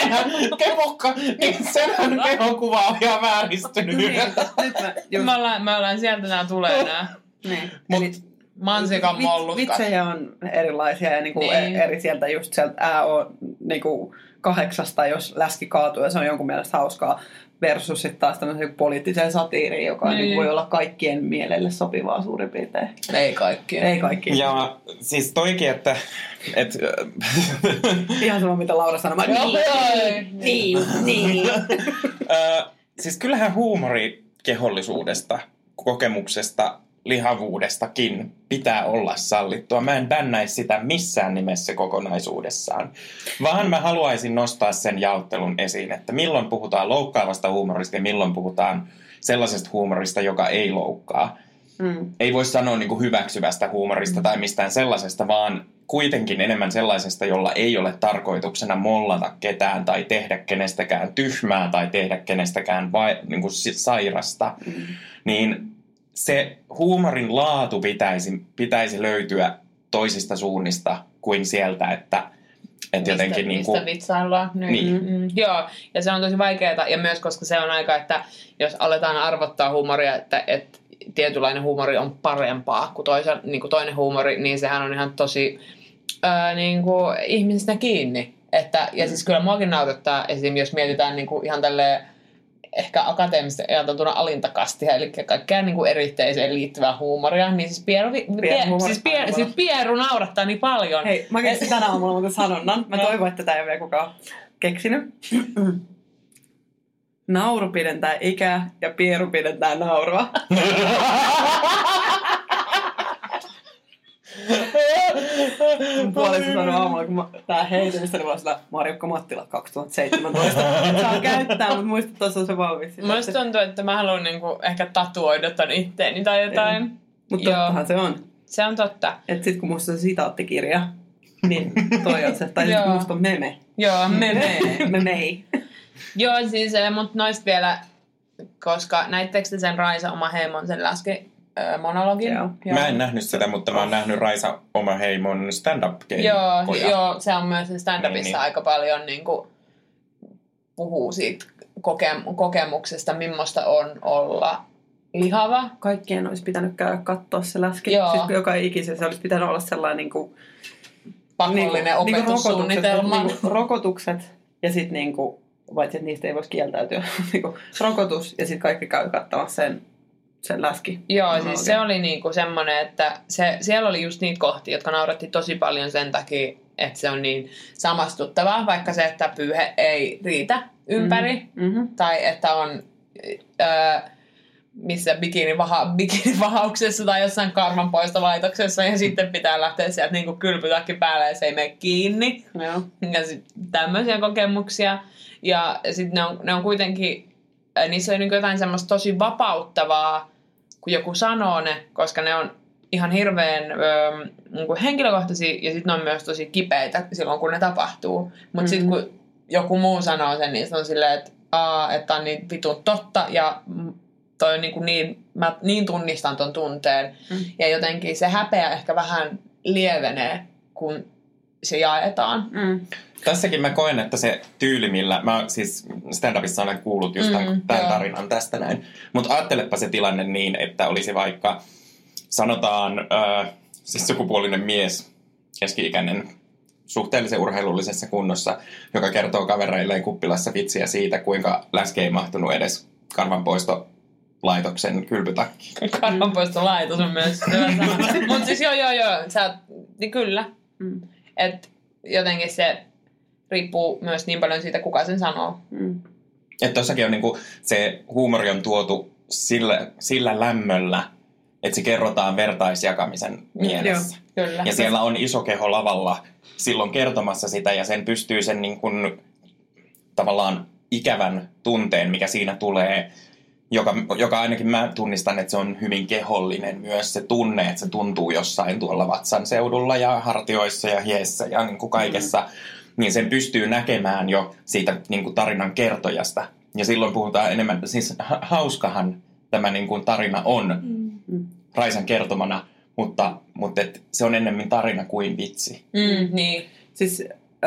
[SPEAKER 4] senhän kehokuva on ihan vääristynyt.
[SPEAKER 3] Me ollaan sieltä nää tulee nää.
[SPEAKER 1] Niin.
[SPEAKER 3] Mansikan molluska.
[SPEAKER 1] Vitsejä on erilaisia ja niin. Eri sieltä just sieltä niinku 8, jos läski kaatuu ja se on jonkun mielestä hauskaa. Versus sitten taas tämmöisen poliittiseen satiiriin, joka niin voi olla kaikkien mielelle sopivaa suurin piirtein.
[SPEAKER 3] Ei kaikkien.
[SPEAKER 1] Ei kaikkien.
[SPEAKER 4] Ja siis toikin, että
[SPEAKER 1] ihan sama mitä Laura sanoi. Niin.
[SPEAKER 4] Siis kyllähän huumori kehollisuudesta, kokemuksesta, lihavuudestakin pitää olla sallittua. Mä en bännäisi sitä missään nimessä kokonaisuudessaan, vaan mä haluaisin nostaa sen jaottelun esiin, että milloin puhutaan loukkaavasta huumorista ja milloin puhutaan sellaisesta huumorista, joka ei loukkaa. Ei voi sanoa niin kuin hyväksyvästä huumorista tai mistään sellaisesta, vaan kuitenkin enemmän sellaisesta, jolla ei ole tarkoituksena mollata ketään tai tehdä kenestäkään tyhmää tai tehdä kenestäkään niin kuin sairasta. Niin se huumorin laatu pitäisi löytyä toisista suunnista kuin sieltä, että jotenkin
[SPEAKER 3] mistä vitsaillaan.
[SPEAKER 4] Niin.
[SPEAKER 3] Joo, ja se on tosi vaikeaa, ja myös koska se on aika, että jos aletaan arvottaa huumoria, että tietynlainen huumori on parempaa kuin toinen huumori, niin sehän on ihan tosi niin kuin ihmisistä kiinni. Ja siis kyllä muakin naurattaa, esimerkiksi jos mietitään niin kuin ihan tälleen ehkä akateemisesti ajateltuna alintakastia, eli kaikkea niin kuin eritteiseen liittyvää huumoria, niin siis Pieru naurattaa niin paljon.
[SPEAKER 1] Hei, mä keksin tänä aamulla muuten sanonnan. Mä toivon, että tää ei ole vielä kukaan keksinyt. Nauru pidentää ikää ja Pieru pidentää naurua. Mun puolesta sanoi aamulla, kun tää heitemistä, niin mä oon sillä Marjukka Mattila 2017. Saa käyttää, mutta muista tuossa on se valmiiksi.
[SPEAKER 3] Musta tuntuu, että mä haluan niinku ehkä tatuoida ton itteeni tai jotain.
[SPEAKER 1] Mutta tottahan se on.
[SPEAKER 3] Se on totta.
[SPEAKER 1] Et sit kun musta on se sitaattikirja, niin toi on se. Tai sit kun musta on meme.
[SPEAKER 3] Joo, meme.
[SPEAKER 1] Memei.
[SPEAKER 3] Joo, siis, mutta noista vielä, koska näittekö te sen Raisa oma heimon sen läski monologin?
[SPEAKER 1] Joo.
[SPEAKER 4] Mä en nähnyt sitä, mutta mä oon nähnyt Raisa oma heimon stand-up-keikoja.
[SPEAKER 3] Joo, se on myös stand-upissa niin. Aika paljon niin kuin, puhuu siitä kokemuksesta, millaista on olla lihava.
[SPEAKER 1] Kaikkien olisi pitänyt käydä katsoa se läski. Siis joka ikisessä olisi pitänyt olla sellainen niin kuin,
[SPEAKER 3] pakollinen opetussuunnitelma.
[SPEAKER 1] Rokotukset ja sitten niinku, paitsi että niistä ei voisi kieltäytyä, niinku, rokotus ja sitten kaikki käy kattamassa sen läski.
[SPEAKER 3] Joo, siis se oli niinku semmoinen, että siellä oli just niitä kohtia, jotka nauratti tosi paljon sen takia, että se on niin samastuttavaa, vaikka se, että pyyhe ei riitä ympäri, tai että on missä bikinivahauksessa tai jossain karvanpoistolaitoksessa ja sitten pitää lähteä sieltä niinku kylpytakki päälle ja se ei mene kiinni.
[SPEAKER 1] Joo.
[SPEAKER 3] Ja tämmöisiä kokemuksia. Ja sitten ne on kuitenkin, niissä on niinku jotain semmoista tosi vapauttavaa, kun joku sanoo ne, koska ne on ihan hirveän niinku henkilökohtaisia ja sitten ne on myös tosi kipeitä silloin, kun ne tapahtuu. Mutta sitten kun joku muu sanoo sen, niin se on silleen, että on niin vitun totta ja toi on mä niin tunnistan ton tunteen. Ja jotenkin se häpeä ehkä vähän lievenee, kun se jaetaan.
[SPEAKER 4] Tässäkin mä koen, että se tyyli, millä mä siis stand-upissa olen kuullut just tämän tarinan tästä näin. Mutta ajattelepa se tilanne niin, että olisi vaikka sanotaan siis sukupuolinen mies, keski-ikäinen, suhteellisen urheilullisessa kunnossa, joka kertoo kavereilleen kuppilassa vitsiä siitä, kuinka läski ei mahtunut edes karvanpoistolaitoksen kylpytakki.
[SPEAKER 3] Karvanpoistolaitos on myös hyvä sana. Mutta siis joo. Niin kyllä. Että jotenkin se riippuu myös niin paljon siitä, kuka sen sanoo.
[SPEAKER 4] Että tossakin on niinku, se huumori on tuotu sillä lämmöllä, että se kerrotaan vertaisjakamisen mielessä.
[SPEAKER 3] Joo, kyllä.
[SPEAKER 4] Ja siellä on iso keho lavalla silloin kertomassa sitä ja sen pystyy sen niin kuin, tavallaan ikävän tunteen, mikä siinä tulee, joka ainakin mä tunnistan, että se on hyvin kehollinen myös se tunne, että se tuntuu jossain tuolla vatsan seudulla ja hartioissa ja hiessä ja niin kuin kaikessa, niin sen pystyy näkemään jo siitä niin kuin tarinan kertojasta. Ja silloin puhutaan enemmän, siis hauskahan tämä niin kuin tarina on Raisan kertomana, mutta se on enemmän tarina kuin vitsi.
[SPEAKER 3] Niin.
[SPEAKER 1] Siis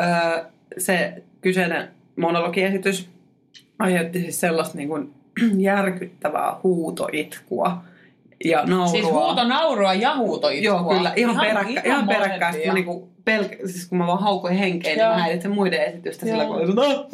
[SPEAKER 1] se kyseinen monologiesitys aiheutti siis sellaista niin kuin järkyttävää huutoitkua. ja naurua.
[SPEAKER 3] Siis huutonaurua ja huutoitkua.
[SPEAKER 1] Joo, kyllä. Ihan peräkkäistä. Mä niinku siis kun mä vaan haukoin henkeä, niin mä häiritsen muiden esitystä sillä kun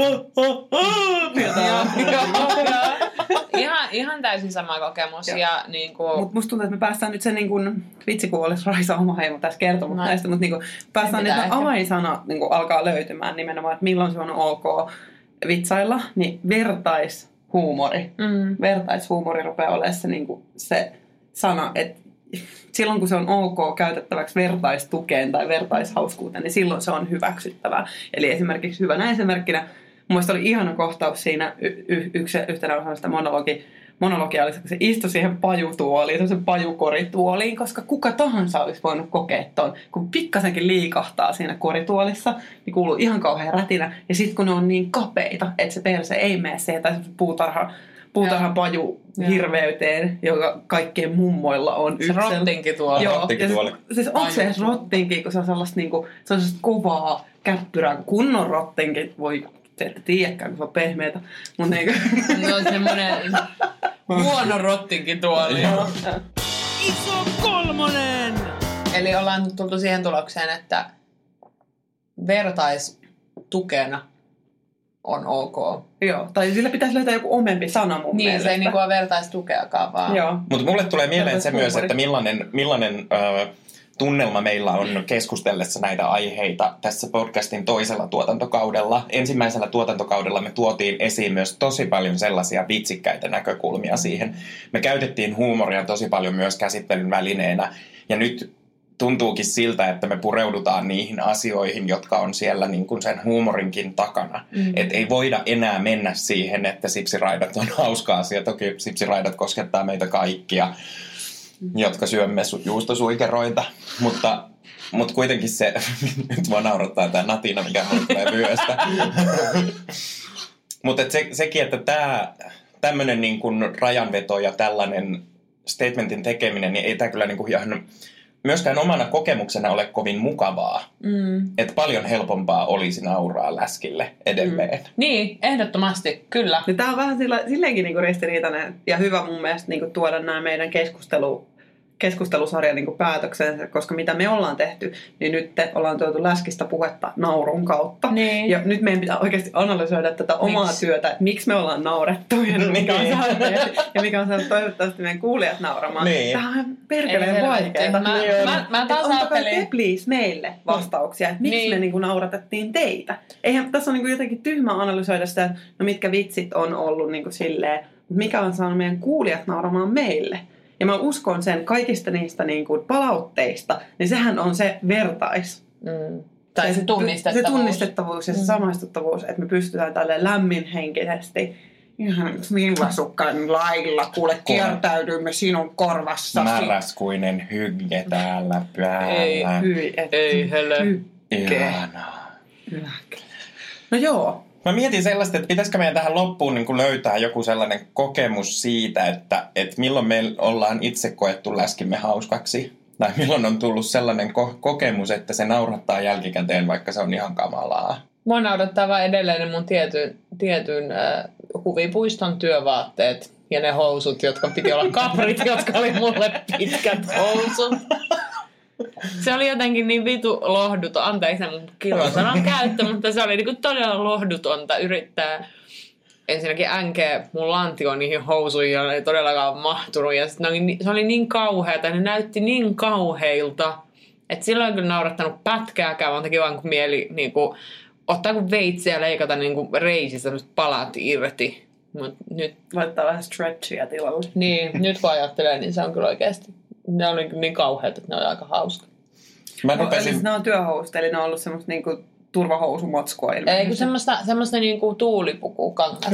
[SPEAKER 3] ihan täysin sama kokemus. Ja niinku...
[SPEAKER 1] Mutta musta tuntuu, että me päästään nyt se niinku, vitsi kun olisi Raisa oma heimo tässä kertomaan näistä, mutta niinku, päästään nyt avainsana niinku, alkaa löytymään nimenomaan, että milloin se on ok vitsailla, niin vertaishuumori. Vertaishuumori rupeaa olemaan se, niinku, se sana, että silloin kun se on ok käytettäväksi vertaistukeen tai vertaishauskuuteen, niin silloin se on hyväksyttävää. Eli esimerkiksi hyvänä esimerkkinä, mun mielestä oli ihana kohtaus siinä yhtenä osana sitä monologia oli, kun se istui siihen pajutuoliin, semmoisen pajukorituoliin, koska kuka tahansa olisi voinut kokea ton. Kun pikkasenkin liikahtaa siinä korituolissa, niin kuuluu ihan kauhean rätinä. Ja sitten kun ne on niin kapeita, että se perse ei mene siihen, tai puutarhan paju hirveyteen, joka kaikkien mummoilla on
[SPEAKER 3] se rottinkituoli.
[SPEAKER 1] Joo, siis onko se edes rottinki, kun se on sellaista, niinku, se on sellaista kovaa käppyrää, kunnon rottinki, voi te ette tiedäkään, kun se on pehmeätä. Mutta niinku.
[SPEAKER 3] No semmoinen huono rottinkituoli.
[SPEAKER 2] Iso kolmonen!
[SPEAKER 3] Eli ollaan tultu siihen tulokseen, että vertaistukena on ok.
[SPEAKER 1] Joo, tai sillä pitäisi löytää joku omempi sana mun mielestä.
[SPEAKER 3] Niin, se ei niinku ole vertaistukeakaan vaan.
[SPEAKER 1] Joo.
[SPEAKER 4] Mutta mulle tulee mieleen se myös, että millainen tunnelma meillä on keskustellessa näitä aiheita tässä podcastin toisella tuotantokaudella. Ensimmäisellä tuotantokaudella me tuotiin esiin myös tosi paljon sellaisia vitsikkäitä näkökulmia siihen. Me käytettiin huumoria tosi paljon myös käsittelyn välineenä. Ja nyt tuntuukin siltä, että me pureudutaan niihin asioihin, jotka on siellä niin kuin sen huumorinkin takana. Että ei voida enää mennä siihen, että sipsiraidat on hauska asia. Toki sipsiraidat koskettaa meitä kaikkia, jotka syömme juustosuikeroita. Mutta kuitenkin se, nyt vaan naurattaa tämä natina, mikä mulle tulee vyöstä. Mutta sekin, että tämmöinen niin kuin rajanveto ja tällainen statementin tekeminen, niin ei tämä kyllä niin kuin ihan myöskään omana kokemuksena ole kovin mukavaa. Että paljon helpompaa olisi nauraa läskille edelleen.
[SPEAKER 3] Niin, ehdottomasti, kyllä.
[SPEAKER 1] Ja tämä on vähän silleenkin niinku ristiriitainen ja hyvä mun mielestä niinku tuoda nämä meidän keskustelusarjan niinku päätökseen, koska mitä me ollaan tehty, niin nyt ollaan tuotu läskistä puhetta naurun kautta.
[SPEAKER 3] Niin.
[SPEAKER 1] Ja nyt meidän pitää oikeasti analysoida tätä omaa työtä, että miksi me ollaan naurettu ja mikä on ja mikä on saanut toivottavasti meidän kuulijat nauramaan.
[SPEAKER 4] Niin.
[SPEAKER 1] Tämä on perkeleen vaikeaa.
[SPEAKER 3] Mä taas ajattelin.
[SPEAKER 1] Please meille vastauksia, että miksi me niinku nauratettiin teitä. Eihän tässä on niinku jotenkin tyhmä analysoida sitä, että no mitkä vitsit on ollut niinku silleen, mutta mikä on saanut meidän kuulijat nauramaan meille. Ja mä uskon sen kaikista niistä niin kuin palautteista, niin sehän on se vertais.
[SPEAKER 3] Tai se tunnistettavuus.
[SPEAKER 1] Se tunnistettavuus ja se samaistuttavuus, että me pystytään tälleen lämminhenkisesti ihan villasukkainen lailla, kuule kiertäydymme sinun korvassasi.
[SPEAKER 4] Marraskuinen hygge täällä päällä.
[SPEAKER 3] Ei hele.
[SPEAKER 4] Ihanaa.
[SPEAKER 1] No joo.
[SPEAKER 4] Mä mietin sellaista, että pitäisikö meidän tähän loppuun niin kuin löytää joku sellainen kokemus siitä, että milloin me ollaan itse koettu läskimme hauskaksi. Tai milloin on tullut sellainen kokemus, että se naurattaa jälkikäteen, vaikka se on ihan kamalaa.
[SPEAKER 3] Mua naurattaa vaan edelleen mun tietyn huvipuiston työvaatteet ja ne housut, jotka piti olla kaprit, jotka oli mulle pitkät housut. Se oli jotenkin niin vitu lohduton, anteeksi mun kilosanan käyttö, mutta se oli niinku todella lohdutonta yrittää ensinnäkin änkeä mun lantioon niihin housuihin, joilla ei todellakaan mahtunut. Ja se oli niin kauheata, ne näytti niin kauheilta, että silloin kyllä naurattanut pätkääkään, vaan teki vaan kun mieli niinku, ottaa kun veitsiä ja leikata niinku reisistä sellaiset palat irti. Mut nyt
[SPEAKER 1] laittaa vähän stretchiä tilalle.
[SPEAKER 3] Niin, nyt kun ajattelee, niin se on kyllä oikeasti. Ne oli niin kauheat, että ne oli aika hauska.
[SPEAKER 1] Eli ne on työhousut, eli ne on ollut semmoista niinku turvahousumotskua ilmeisesti.
[SPEAKER 3] Ei, kun semmoista niinku tuulipukukangasta.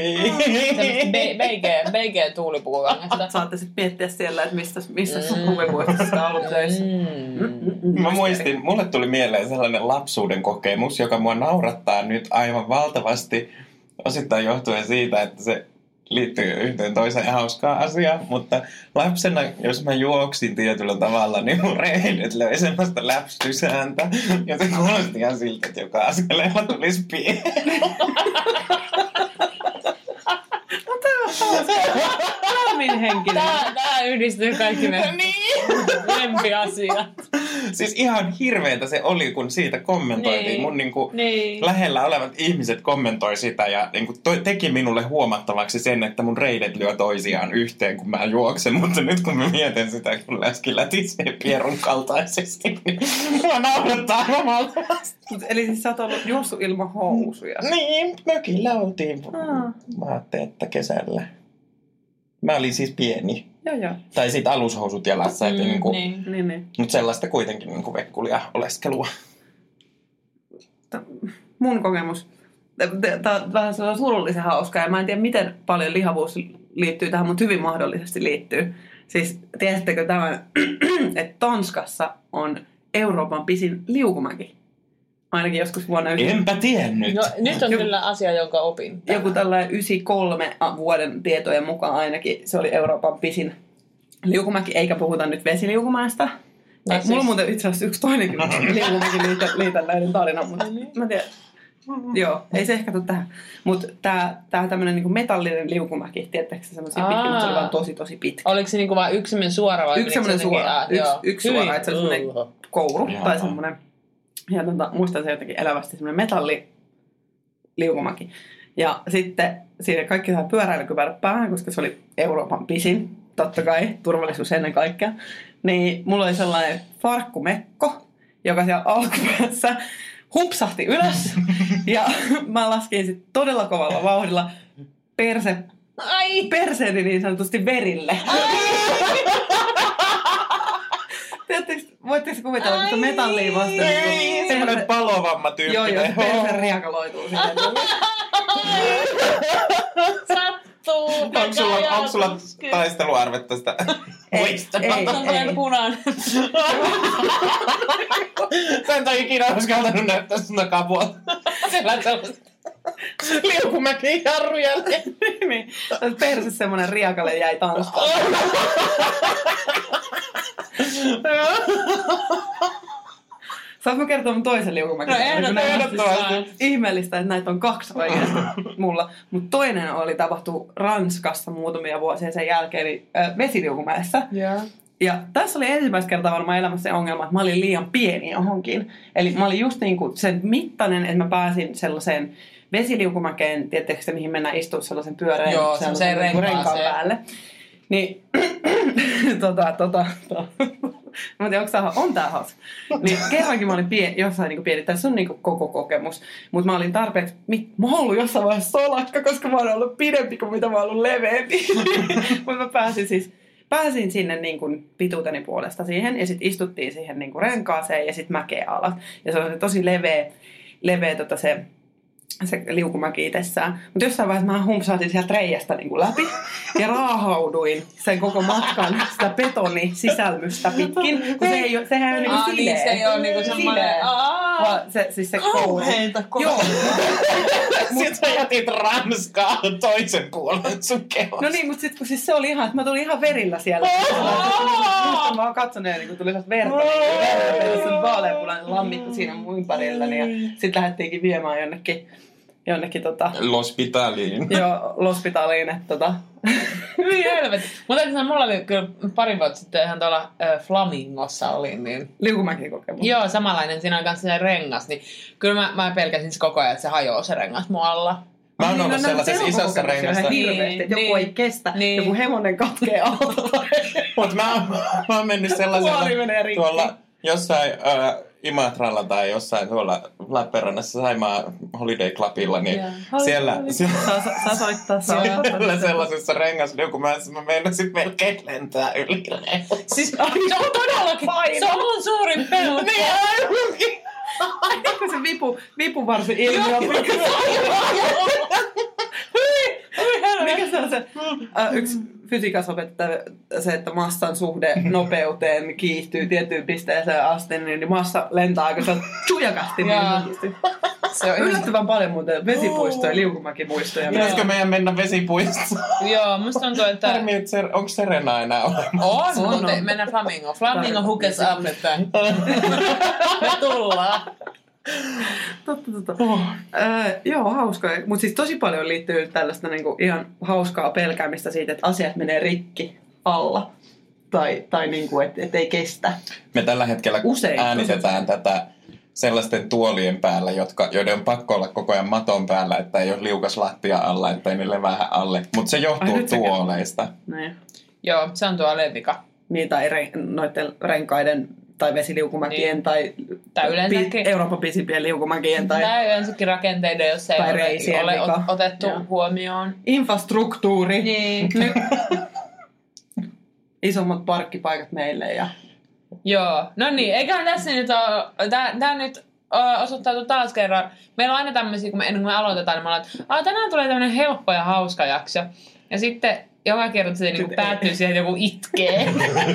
[SPEAKER 3] Semmoista beige tuulipukukangasta.
[SPEAKER 1] Saatte sitten miettiä siellä, että missä sun huvipuistossa on ollut töissä.
[SPEAKER 4] Mä muistin, mulle tuli mieleen sellainen lapsuuden kokemus, joka mua naurattaa nyt aivan valtavasti. Osittain johtuen siitä, että se liittyy yhteen toiseen hauskaan asiaan, mutta lapsena, jos mä juoksin tietyllä tavalla, niin mun reidet löi semmoista läpsysääntä, ja se kuulosti ihan siltä, että joka askeleella tulisi pieni.
[SPEAKER 1] No tämä Lämmin henkinen.
[SPEAKER 3] Tää yhdistyy kaikki ne lempiasiat.
[SPEAKER 4] Siis ihan hirveetä se oli, kun siitä kommentoitiin.
[SPEAKER 3] Niin.
[SPEAKER 4] Mun lähellä olevat ihmiset kommentoi sitä ja teki minulle huomattavaksi sen, että mun reidet lyö toisiaan yhteen, kun mä juoksen. Mutta nyt kun mä mietin sitä, kun läski lätisee pierun kaltaisesti, niin mä naurattaa huomattavasti.
[SPEAKER 1] Eli siis sä oot ollut juossut ilman housuja.
[SPEAKER 4] Niin, mökillä oltiin. Mä ajattelin, että kesällä. Mä olin siis pieni.
[SPEAKER 1] Joo.
[SPEAKER 4] Tai sit alushousut jalassa.
[SPEAKER 1] Niin.
[SPEAKER 4] Mutta sellaista kuitenkin niin vekkulia oleskelua.
[SPEAKER 1] Mun kokemus. Tää on vähän sellainen surullisen hauskaa. Ja mä en tiedä, miten paljon lihavuus liittyy tähän, mutta hyvin mahdollisesti liittyy. Siis tiedättekö tämän, että Tanskassa on Euroopan pisin liukumäki. Ainakin joskus vuonna...
[SPEAKER 4] Enpä tiennyt.
[SPEAKER 3] No, nyt on kyllä asia, jonka opin.
[SPEAKER 1] Joku tällainen 93 vuoden tietojen mukaan ainakin se oli Euroopan pisin liukumäki, eikä puhuta nyt vesiliukumäestä. Mulla on muuten itse asiassa yksi toinenkin liukumäki liitän näiden tarinan, mutta mä tiedän. Joo, ei se ehkä tule tähän. Mutta tää tämmönen niinku metallinen liukumäki, tiedättekö se semmoisia pitkin, mutta se oli vaan tosi pitkä.
[SPEAKER 3] Oliko se niinku vaan yksi semmoinen suora vai?
[SPEAKER 1] Yksi semmoinen suora, yksi suora, että se oli semmoinen kouru tai semmoinen. Ja muistan se jotenkin elävästi semmoinen metalliliukumäki. Ja sitten siinä kaikki saa pyöräilykypärät päähän, koska se oli Euroopan pisin, totta kai, turvallisuus ennen kaikkea. Niin mulla oli sellainen farkkumekko, joka siellä alkupäässä humpsahti ylös. Ja mä laskin sitten todella kovalla vauhdilla perseeni niin sanotusti verille. Voitteko kuvitella, että metallia vasten?
[SPEAKER 4] Ei, semmoinen palovamma tyyppi.
[SPEAKER 1] Joo, perse riakaloituu siihen.
[SPEAKER 3] Sattuu.
[SPEAKER 4] Onko sulla taisteluarvetta sitä?
[SPEAKER 1] Ei.
[SPEAKER 3] On punainen.
[SPEAKER 4] Sä et ole ikinä uskaltanut näyttää sun takapuolta.
[SPEAKER 3] Sillä on sellaista.
[SPEAKER 4] Liukumäki jarruja.
[SPEAKER 1] Niin. Perse semmoinen riakale jäi Tanskaan. Saanko mä kertoa mun toisen liukumäkin?
[SPEAKER 3] No ehdottomasti.
[SPEAKER 1] Ihmeellistä, että näitä on 2 oikeasti mulla. Mutta toinen tapahtui Ranskassa muutamia vuosia sen jälkeen, eli vesiliukumäessä.
[SPEAKER 3] Yeah.
[SPEAKER 1] Ja tässä oli ensimmäistä kertaa varmaan elämässä se ongelma, että mä olin liian pieni johonkin. Eli mä olin just niin kuin sen mittainen, että mä pääsin sellaiseen vesiliukumäkeen, tiedättekö se, mihin mennään istua sellaisen pyöreän renkaan päälle. Niin, mä en tiedä, on tää hauska. Niin kerrankin mä olin jossain niin pieni, tässä on niin koko kokemus. Mutta mä olin tarpeeksi, mä oon ollut jossain vaiheessa solakka, koska mä oon ollut pidempi kuin mitä mä oon ollut leveämpi. Mutta mä pääsin sinne niin kuin pituuteni puolesta siihen ja sitten istuttiin siihen niin kuin renkaaseen ja sitten mäkeä alas. Ja se on tosi leveä se liukumäki itsessään. Mutta jossain vaiheessa mä humpsaatin sieltä reiästä niin kuin läpi ja raahauduin sen koko matkan sitä betonisisälmystä pitkin, kun sehän on niinku sileä.
[SPEAKER 3] Niin se ei ole niinku semmoinen...
[SPEAKER 1] Se kauheita. Joo.
[SPEAKER 4] Sitten sä jätit Ranskaa toisen puolen sun kehossa.
[SPEAKER 1] No niin, mutta sitten kun siis se oli ihan, että mä tulin ihan verillä siellä. Mä oon katsonut ja niin tuli sellaista verta. Se oli vaaleanpunainen lammikko siinä mun ympärilläni. Ja sitten lähdettiinkin viemään jonnekin
[SPEAKER 4] L'Hospitaliin.
[SPEAKER 1] Joo, L'Hospitaliin, että
[SPEAKER 3] Hyvin helvetti. Mutta mulla oli kyllä pari vuotta sitten ihan tuolla Flamingossa olin, niin...
[SPEAKER 1] Liukumäki-kokemus.
[SPEAKER 3] Joo, samanlainen. Siinä on kanssa se rengas, niin kyllä mä pelkäsin koko ajan, että se hajoaa se rengas mun alla.
[SPEAKER 4] Mä oon ollut sellaisessa isossa rengassa.
[SPEAKER 1] Hirveästi, että joku ei kestä, joku hevonen katkee alta.
[SPEAKER 4] Mutta mä oon mennyt sellaisella tuolla jossain Imatralla tai jossain tuolla Lappeenrannassa Saimaa Holiday Clubilla, niin siellä
[SPEAKER 1] soittaa.
[SPEAKER 4] sellaisessa rengasliukumäessä mä meinasin melkein lentää yli reunaan.
[SPEAKER 3] Siis se on todellakin, se on mun suurin pelko.
[SPEAKER 1] Eikö se vipuvarsi-ilmiö? Mikä se on se yksi fysiikasopettaja, se, että massan suhde nopeuteen kiihtyy tiettyyn pisteeseen asti, niin massa lentää aika chujakasti. Se on yllättävän paljon muuten vesipuistoja, liukumäkimuistoja.
[SPEAKER 4] Pitäisikö meidän mennä vesipuistoon?
[SPEAKER 3] Joo, musta tuntuu, että...
[SPEAKER 4] Onko Serena enää olemassa?
[SPEAKER 3] On, mutta mennään Flamingo. Flamingo hookers up, että me tullaan.
[SPEAKER 1] Totta. Joo, hauskaa. Mutta siis tosi paljon liittyy tällaista niinku ihan hauskaa pelkäämistä siitä, että asiat menee rikki alla. Tai niinku, että ei kestä.
[SPEAKER 4] Me tällä hetkellä äänitetään tätä sellaisten tuolien päällä, joiden on pakko olla koko ajan maton päällä, että ei ole liukas lattia alla, että ei ne levää alle. Mutta se johtuu tuoleista.
[SPEAKER 1] Niin.
[SPEAKER 3] Joo, se on tuolien vika.
[SPEAKER 1] Niin, tai noiden renkaiden tai vesiliukumäkien niin. tai Euroopan pisimpien liukumäkien.
[SPEAKER 3] Tai yleensäkin rakenteiden, jos ei ole otettu huomioon.
[SPEAKER 1] Infrastruktuuri.
[SPEAKER 3] Niin.
[SPEAKER 1] Isommat parkkipaikat meille.
[SPEAKER 3] Joo, no niin, eiköhän tässä nyt ole, tää nyt osoittautuu taas kerran. Meillä on aina tämmöisiä, ennen kuin me aloitetaan, niin me ollaan, että tänään tulee tämmöinen helppo ja hauska jakso. Ja sitten joka kerta se niinku päättyy siihen, että joku itkee.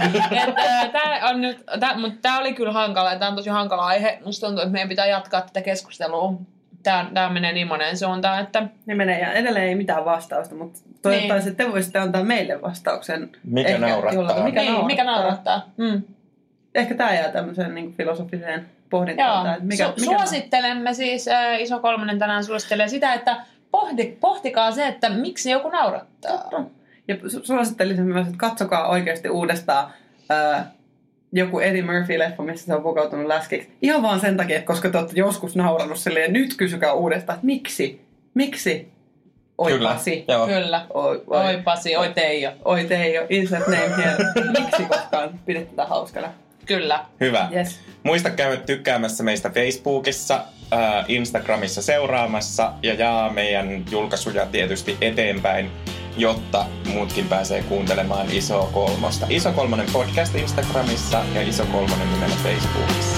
[SPEAKER 3] Mutta tää oli kyllä hankala, tää on tosi hankala aihe. Musta tuntuu, että meidän pitää jatkaa tätä keskustelua. Tää menee niin moneen suuntaan, että...
[SPEAKER 1] Ne menee ja edelleen ei mitään vastausta, mutta toivottavasti niin. Te voisitte antaa meille vastauksen.
[SPEAKER 4] Mikä naurattaa.
[SPEAKER 3] Mikä naurattaa.
[SPEAKER 1] Ehkä tää jää tämmöiseen niin filosofiseen pohdintaan.
[SPEAKER 3] Suosittelemme siis, Iso Kolmonen tänään suosittelee sitä, että pohtikaa se, että miksi joku naurattaa.
[SPEAKER 1] Ja suosittelisin myös, että katsokaa oikeasti uudestaan joku Eddie Murphy-leffa, missä se on pukautunut läskiksi. Ihan vaan sen takia, koska te olette joskus naurannut silleen, nyt kysykää uudestaan, että miksi? Miksi? Oi
[SPEAKER 4] kyllä.
[SPEAKER 1] Pasi.
[SPEAKER 4] Joo.
[SPEAKER 3] Kyllä. Oi Pasi, oi Teijo.
[SPEAKER 1] Oi Teijo, insert name here. Miksi koskaan pidät tätä hauskana?
[SPEAKER 3] Kyllä.
[SPEAKER 4] Hyvä.
[SPEAKER 1] Yes.
[SPEAKER 4] Muista käydä tykkäämässä meistä Facebookissa, Instagramissa seuraamassa ja jaa meidän julkaisuja tietysti eteenpäin, jotta muutkin pääsee kuuntelemaan Iso Kolmosta. Iso Kolmonen podcast Instagramissa ja Iso Kolmonen nimellä Facebookissa.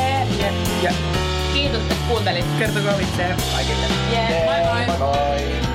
[SPEAKER 3] Yeah. Kiitos, että kuuntelit.
[SPEAKER 1] Kertokaa vitseä kaikille.
[SPEAKER 3] Bye bye.
[SPEAKER 4] Bye bye.